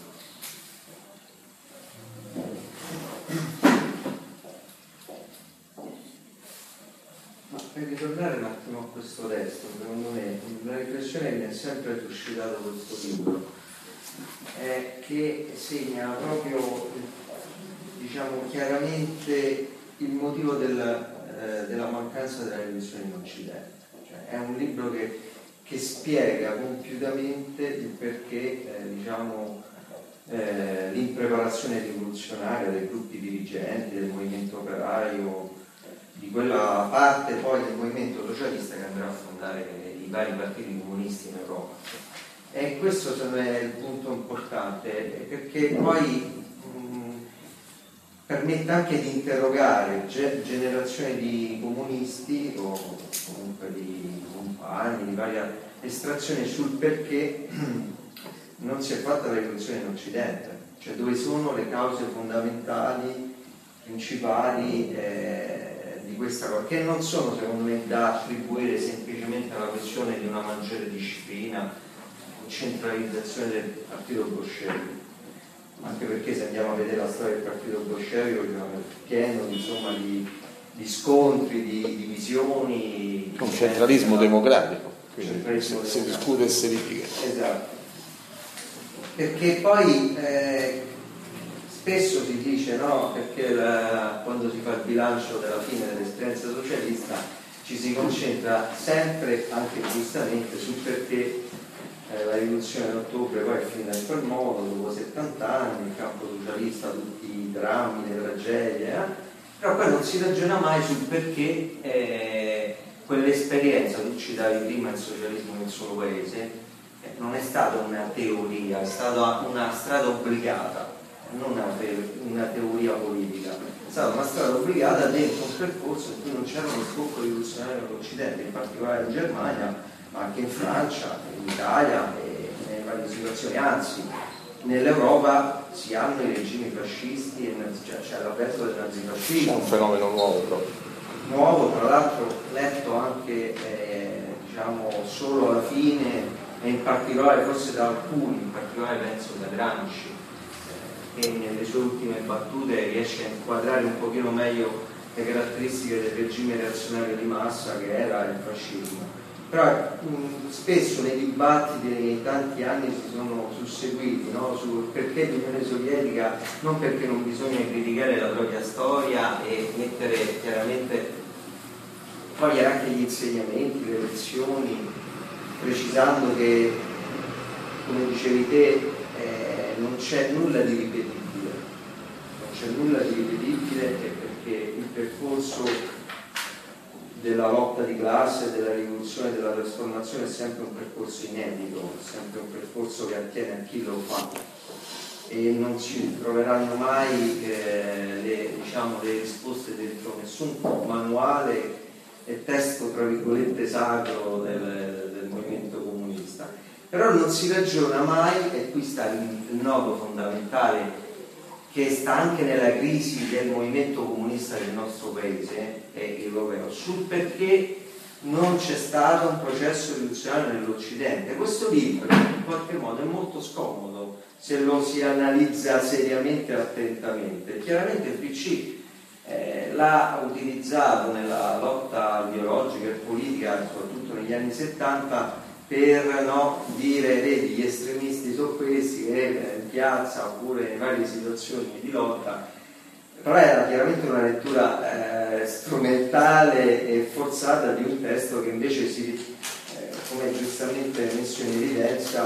S4: Per ritornare un attimo a questo testo, secondo me una riflessione che mi ha sempre suscitato questo libro è che segna proprio, diciamo, chiaramente il motivo del, eh, della mancanza della rivoluzione in Occidente. Cioè, è un libro che, che spiega compiutamente il perché eh, diciamo, eh, l'impreparazione rivoluzionaria dei gruppi dirigenti, del movimento operaio, di quella parte poi del movimento socialista che andrà a fondare i vari partiti comunisti in Europa. E questo secondo me è il punto importante, perché poi mh, permette anche di interrogare ge- generazioni di comunisti o comunque di compagni di varia estrazione sul perché non si è fatta la rivoluzione in Occidente, cioè dove sono le cause fondamentali, principali eh, di questa cosa, che non sono secondo me da attribuire semplicemente alla questione di una maggiore disciplina o centralizzazione del partito bolscevico, anche perché se andiamo a vedere la storia del partito bolscevico è pieno insomma, di, di scontri, di divisioni,
S2: un centralismo di democratico, quindi
S4: centralismo
S2: si,
S4: democratico.
S2: si discute e si litiga.
S4: Esatto, perché poi eh, spesso si dice no, perché la, quando si fa il bilancio della fine dell'esperienza socialista ci si concentra sempre, anche giustamente, sul perché eh, la rivoluzione d'ottobre poi è finita in quel modo, dopo settanta anni, il campo socialista, tutti i drammi, le tragedie, eh? Però poi non si ragiona mai sul perché eh, quell'esperienza, tu citavi prima il socialismo in un solo paese, eh, non è stata una teoria, è stata una strada obbligata, non una, te- una teoria politica, è stata una strada obbligata dentro un percorso in cui non c'era uno sbocco rivoluzionario all'Occidente, in particolare in Germania, ma anche in Francia, in Italia e nelle varie situazioni, anzi nell'Europa si hanno i regimi fascisti, e cioè, c'è l'avverso del nazifascismo.
S2: C'è un fenomeno nuovo proprio.
S4: Nuovo, tra l'altro letto anche eh, diciamo solo alla fine e in particolare forse da alcuni, in particolare penso da Gramsci, che nelle sue ultime battute riesce a inquadrare un pochino meglio le caratteristiche del regime reazionario di massa che era il fascismo. però mh, spesso nei dibattiti nei tanti anni si sono susseguiti, no? Sul perché l'Unione Sovietica, non perché non bisogna criticare la propria storia e mettere chiaramente, togliere anche gli insegnamenti, le lezioni, precisando che, come dicevi te, eh, non c'è nulla di ripetibile, non c'è nulla di ripetibile perché il percorso della lotta di classe, della rivoluzione, della trasformazione è sempre un percorso inedito, è sempre un percorso che attiene a chi lo fa e non si troveranno mai eh, le, diciamo, le risposte dentro nessun manuale e testo tra virgolette sacro del, del movimento comunista. Però non si ragiona mai, e qui sta il, il nodo fondamentale che sta anche nella crisi del movimento comunista del nostro paese e europeo, sul perché non c'è stato un processo rivoluzionario nell'Occidente. Questo libro in qualche modo è molto scomodo se lo si analizza seriamente e attentamente. Chiaramente il P C eh, l'ha utilizzato nella lotta biologica e politica, soprattutto negli anni settanta, per no, dire vedi gli estremisti sono questi che in piazza oppure in varie situazioni di lotta, però era chiaramente una lettura eh, strumentale e forzata di un testo che invece si, eh, come giustamente messo in evidenza,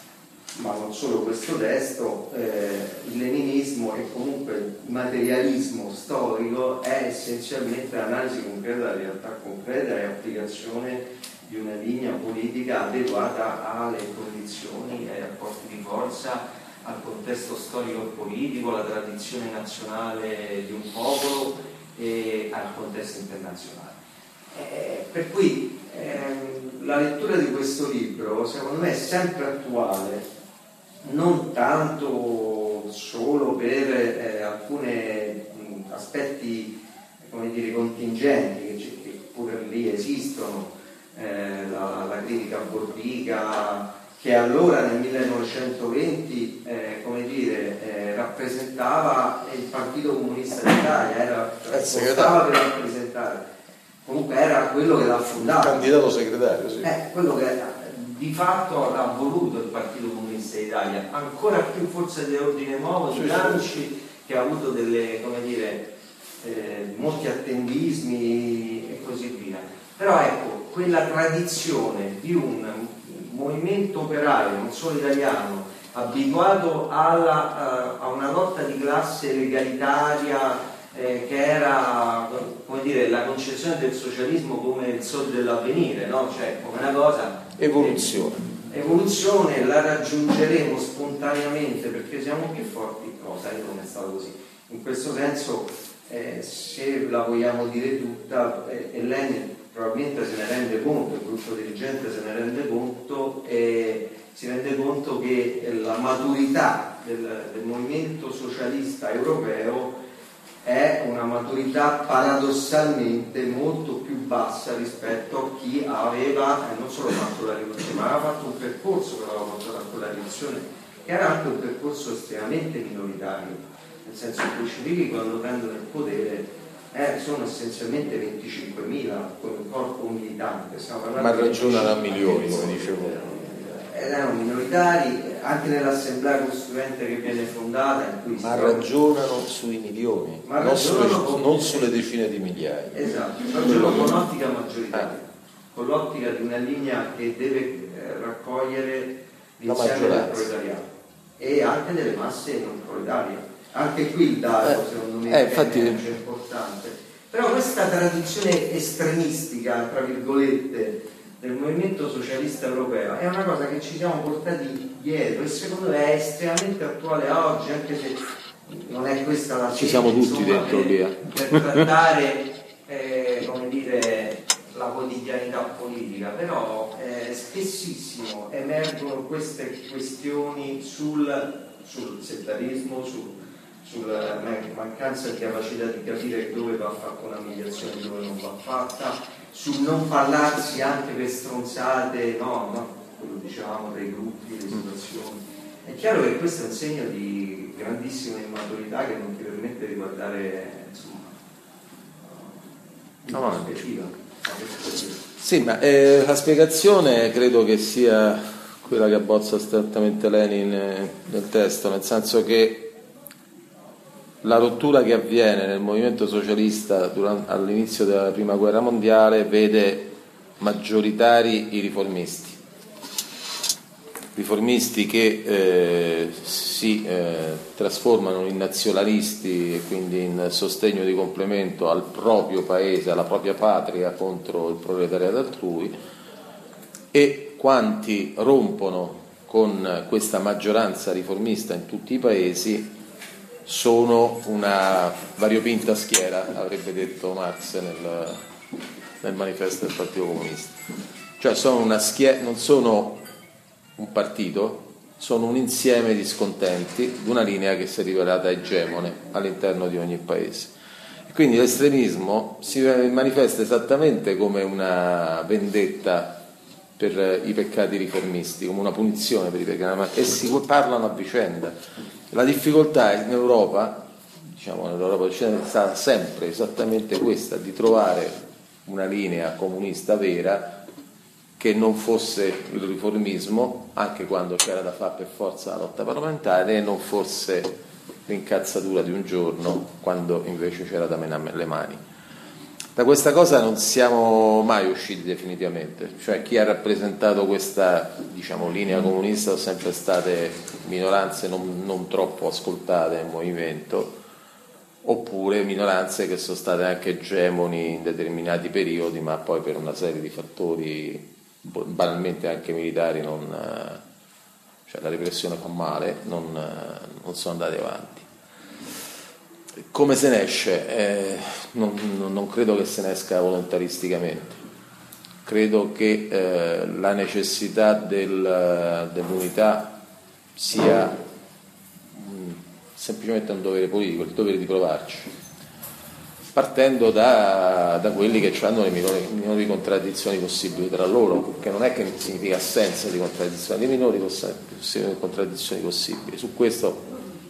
S4: ma non solo questo testo, eh, il leninismo e comunque il materialismo storico è essenzialmente l'analisi concreta della realtà concreta e applicazione di una linea politica adeguata alle condizioni, ai rapporti di forza, al contesto storico e politico, alla tradizione nazionale di un popolo e al contesto internazionale. Eh, per cui ehm, la lettura di questo libro secondo me è sempre attuale, non tanto solo per eh, alcuni aspetti, come dire, contingenti che, che pure lì esistono. Eh, la, la critica bordica che allora nel millenovecentoventi eh, come dire, eh, rappresentava il Partito Comunista d'Italia, era portava per rappresentare, comunque era quello che l'ha fondato,
S2: il candidato segretario, sì.
S4: eh, quello che di fatto l'ha voluto il Partito Comunista d'Italia, ancora più forse di ordine nuovo, di Gramsci, che ha avuto delle, come dire, eh, molti attendismi e così via. Però ecco, quella tradizione di un movimento operaio, non solo italiano, abituato alla, uh, a una lotta di classe legalitaria eh, che era, come dire, la concezione del socialismo come il sogno dell'avvenire, no? Cioè come una cosa...
S2: Evoluzione.
S4: Eh, evoluzione, la raggiungeremo spontaneamente perché siamo più forti, no, sai come è stato così. In questo senso, eh, se la vogliamo dire tutta, eh, e lei probabilmente se ne rende conto, il gruppo dirigente se ne rende conto e si rende conto che la maturità del, del movimento socialista europeo è una maturità paradossalmente molto più bassa rispetto a chi aveva eh, non solo fatto la rivoluzione, ma aveva fatto un percorso che aveva portato a quella rivoluzione, che era anche un percorso estremamente minoritario, nel senso che i bolscevichi quando prendono il potere Eh, sono essenzialmente venticinquemila con un corpo militante,
S2: ma ragionano a milioni, come dicevo.
S4: Eh, erano minoritari anche nell'assemblea costituente che viene fondata, in cui
S2: ma ragionano sui milioni,
S4: ma
S2: non, sulle,
S4: con...
S2: non sulle decine di migliaia.
S4: Esatto, ragionano con ottica maggioritaria, eh. con l'ottica di una linea che deve eh, raccogliere l'insieme del proletariato e anche delle masse non proletarie. Anche qui il dato, eh, secondo me,
S2: eh, infatti...
S4: è importante. Però questa tradizione estremistica, tra virgolette, del movimento socialista europeo è una cosa che ci siamo portati dietro e secondo me è estremamente attuale oggi, anche se non è questa la
S2: ci siamo tutti
S4: insomma,
S2: dentro
S4: per,
S2: lì eh.
S4: per trattare eh, come dire, la quotidianità politica, però eh, spessissimo emergono queste questioni sul, sul settarismo, sul sulla mancanza di capacità di capire dove va fatta una mediazione e dove non va fatta, sul non parlarsi anche per stronzate, no, no, quello dicevamo dei gruppi, delle situazioni. È chiaro che questo è un segno di grandissima immaturità che non ti permette di guardare insomma in prospettiva.
S2: Sì, ma eh, la spiegazione credo che sia quella che abbozza strettamente Lenin eh, nel testo, nel senso che la rottura che avviene nel movimento socialista durante, all'inizio della prima guerra mondiale vede maggioritari i riformisti. Riformisti che eh, si eh, trasformano in nazionalisti e quindi in sostegno di complemento al proprio paese, alla propria patria contro il proletariato altrui, e quanti rompono con questa maggioranza riformista in tutti i paesi sono una variopinta schiera, avrebbe detto Marx nel, nel manifesto del Partito Comunista. Cioè sono una schiera, non sono un partito, sono un insieme di scontenti di una linea che si è rivelata egemone all'interno di ogni paese. E quindi l'estremismo si manifesta esattamente come una vendetta per i peccati riformisti, come una punizione per i peccati, e si parlano a vicenda. La difficoltà in Europa, diciamo nell'Europa occidentale, è stata sempre esattamente questa, di trovare una linea comunista vera che non fosse il riformismo, anche quando c'era da fare per forza la lotta parlamentare, e non fosse l'incazzatura di un giorno, quando invece c'era da menare le mani. Da questa cosa non siamo mai usciti definitivamente, cioè chi ha rappresentato questa, diciamo, linea comunista sono sempre state minoranze non, non troppo ascoltate nel movimento, oppure minoranze che sono state anche egemoni in determinati periodi, ma poi per una serie di fattori banalmente anche militari, non, cioè la repressione fa male, non, non sono andati avanti. Come se ne esce? Eh, non, non credo che se ne esca volontaristicamente. Credo che eh, la necessità del, dell'unità sia mh, semplicemente un dovere politico, il dovere di provarci, partendo da, da quelli che hanno le minori, minori contraddizioni possibili tra loro, che non è che significa assenza di contraddizioni, le minori contraddizioni possibili. Su questo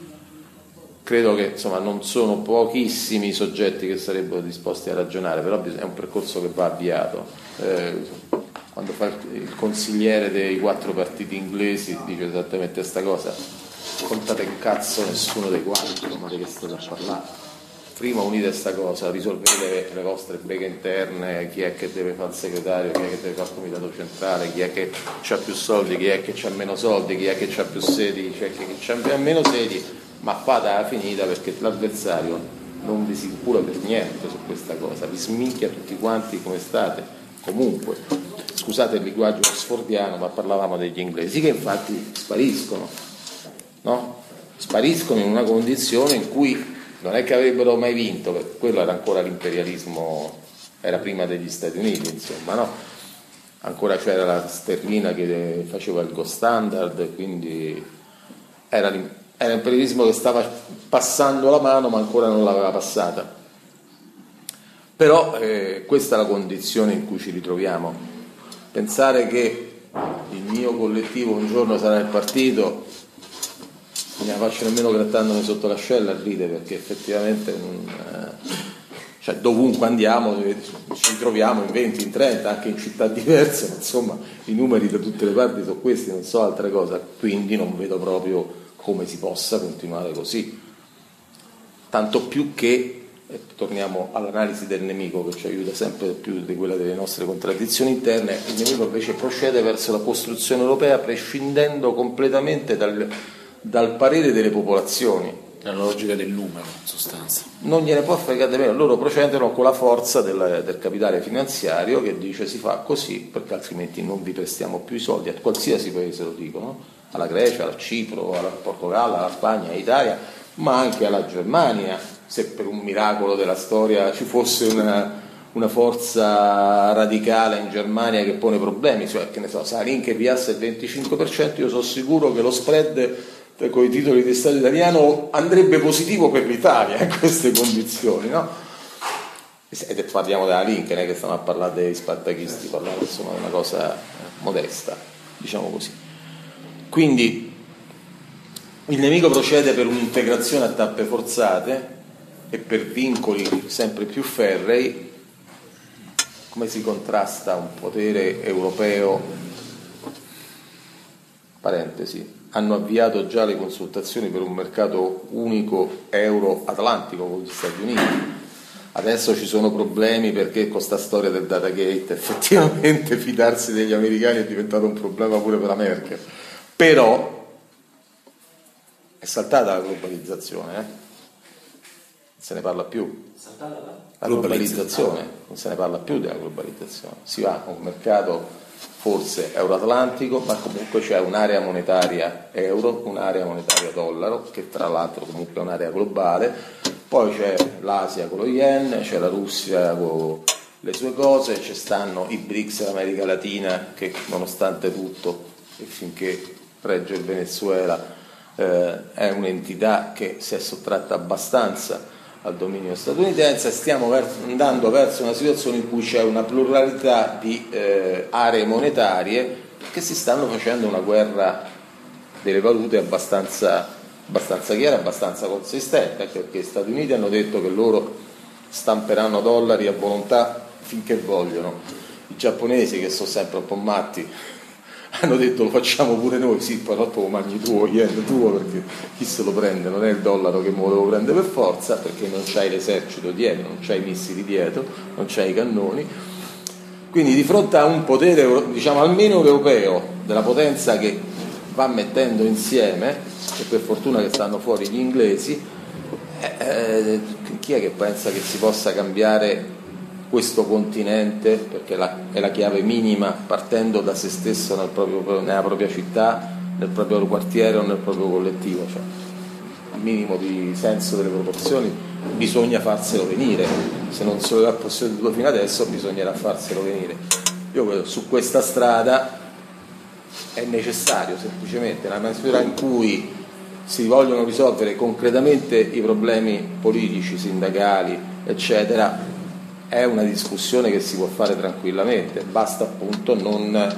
S2: credo che insomma non sono pochissimi i soggetti che sarebbero disposti a ragionare, però è un percorso che va avviato. Eh, quando fa il consigliere dei quattro partiti inglesi dice esattamente questa cosa: contate un cazzo nessuno dei quattro, ma di che state a parlare? Prima unite questa cosa, risolvete le vostre beghe interne, chi è che deve fare il segretario, chi è che deve fare il comitato centrale, chi è che ha più soldi, chi è che ha meno soldi, chi è che ha più sedi, chi è che ha meno sedi, ma fatela finita, perché l'avversario non vi si cura per niente su questa cosa, vi sminchia tutti quanti come state. Comunque, scusate il linguaggio sfordiano, ma parlavamo degli inglesi, che infatti spariscono, no? Spariscono in una condizione in cui non è che avrebbero mai vinto, perché quello era ancora l'imperialismo, era prima degli Stati Uniti, insomma, no? Ancora c'era la sterlina che faceva il gold standard, quindi era, era l'imperialismo che stava passando la mano, ma ancora non l'aveva passata. Però eh, questa è la condizione in cui ci ritroviamo. Pensare che il mio collettivo un giorno sarà il partito, non ne faccio nemmeno grattandomi sotto l'ascella a ridere, perché effettivamente non, eh, cioè dovunque andiamo ci troviamo in venti, in trenta, anche in città diverse, ma insomma i numeri da tutte le parti sono questi, non so altra cosa, quindi non vedo proprio come si possa continuare così, tanto più che, e torniamo all'analisi del nemico che ci aiuta sempre più di quella delle nostre contraddizioni interne, il nemico invece procede verso la costruzione europea prescindendo completamente dal dal parere delle popolazioni,
S1: la logica del numero in sostanza
S2: non gliene può fregare meno, loro procedono con la forza del, del capitale finanziario che dice si fa così perché altrimenti non vi prestiamo più i soldi, a qualsiasi paese lo dicono, alla Grecia, al Cipro, al Portogallo, alla Spagna, all'Italia, ma anche alla Germania, se per un miracolo della storia ci fosse una, una forza radicale in Germania che pone problemi, cioè che ne so, se la Linke piasse il venticinque per cento, io sono sicuro che lo spread con i titoli di Stato italiano andrebbe positivo per l'Italia in queste condizioni, no? E parliamo della Linke, non è che stiamo a parlare dei spartachisti, parliamo insomma di una cosa modesta, diciamo così. Quindi il nemico procede per un'integrazione a tappe forzate e per vincoli sempre più ferrei come si contrasta un potere europeo, parentesi, hanno avviato già le consultazioni per un mercato unico euro-atlantico con gli Stati Uniti. Adesso ci sono problemi perché con sta storia del Datagate effettivamente fidarsi degli americani è diventato un problema pure per la Merkel. Però è saltata la globalizzazione, eh? Non se ne parla più. La globalizzazione, non se ne parla più della globalizzazione. Si va a un mercato forse euroatlantico, ma comunque c'è un'area monetaria euro, un'area monetaria dollaro, che tra l'altro comunque è un'area globale, poi c'è l'Asia con lo yen, c'è la Russia con le sue cose, ci stanno i B R I C S dell'America Latina che nonostante tutto, e finché regge il Venezuela, eh, è un'entità che si è sottratta abbastanza al dominio statunitense. Stiamo verso, andando verso una situazione in cui c'è una pluralità di eh, aree monetarie che si stanno facendo una guerra delle valute abbastanza, abbastanza chiara, abbastanza consistente, anche perché gli Stati Uniti hanno detto che loro stamperanno dollari a volontà finché vogliono. I giapponesi, che sono sempre un po' matti, hanno detto lo facciamo pure noi, sì, però dopo mangi tuo, yen tuo, perché chi se lo prende? Non è il dollaro che me lo devo prendere per forza, perché non c'hai l'esercito dietro, non c'hai i missili dietro, non c'hai i cannoni. Quindi di fronte a un potere, diciamo almeno europeo, della potenza che va mettendo insieme, e per fortuna che stanno fuori gli inglesi, eh, chi è che pensa che si possa cambiare questo continente, perché la, è la chiave minima, partendo da se stesso nel proprio, nella propria città, nel proprio quartiere o nel proprio collettivo, cioè un minimo di senso delle proporzioni bisogna farselo venire, se non se lo ha posseduto fino adesso bisognerà farselo venire. Io credo su questa strada è necessario semplicemente, nella misura in cui si vogliono risolvere concretamente i problemi politici, sindacali, eccetera, è una discussione che si può fare tranquillamente, basta appunto non,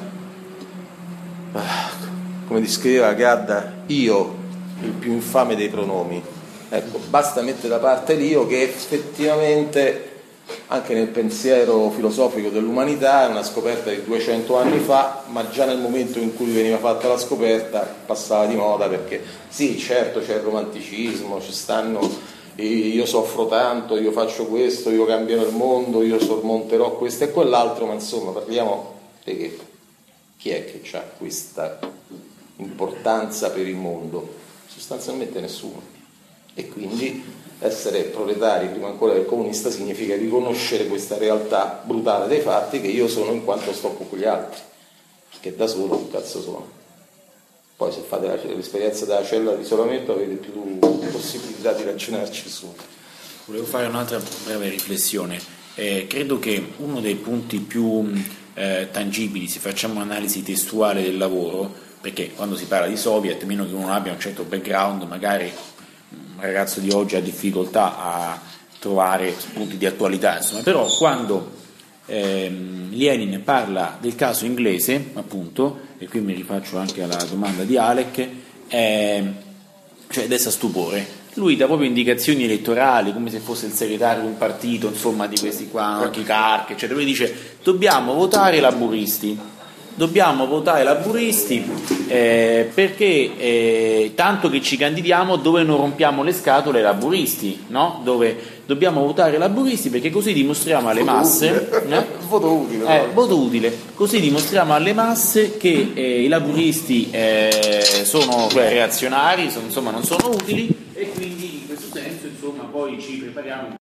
S2: come descriveva Gadda, io, il più infame dei pronomi, ecco, basta mettere da parte l'io, che effettivamente anche nel pensiero filosofico dell'umanità è una scoperta di duecento anni fa, ma già nel momento in cui veniva fatta la scoperta passava di moda, perché sì, certo c'è il romanticismo, ci stanno io soffro tanto, io faccio questo, io cambierò il mondo, io sormonterò questo e quell'altro, ma insomma parliamo di che? Chi è che ha questa importanza per il mondo? Sostanzialmente nessuno. E quindi essere proletari prima ancora del comunista significa riconoscere questa realtà brutale dei fatti, che io sono in quanto sto con gli altri, che da solo un cazzo sono. Poi se fate la, l'esperienza della cella di isolamento avete più possibilità di ragionarci su.
S1: Volevo fare un'altra breve riflessione. Eh, credo che uno dei punti più eh, tangibili, se facciamo un'analisi testuale del lavoro, perché quando si parla di Soviet, meno che uno abbia un certo background, magari un ragazzo di oggi ha difficoltà a trovare spunti di attualità, insomma, però quando ehm, Lenin parla del caso inglese, appunto, e qui mi rifaccio anche alla domanda di Alec, eh, cioè desta stupore. Lui dà proprio indicazioni elettorali, come se fosse il segretario di un partito, insomma, di questi qua, anche Clark, eccetera. Lui dice: dobbiamo votare i laburisti, dobbiamo votare i laburisti eh, perché eh, tanto che ci candidiamo dove non rompiamo le scatole ai laburisti, no? Dove dobbiamo votare i laburisti perché così dimostriamo alle masse eh?
S2: voto utile,
S1: eh, voto utile, così dimostriamo alle masse che eh, i laburisti eh, sono cioè, reazionari, sono, insomma non sono utili, e quindi in questo senso insomma poi ci prepariamo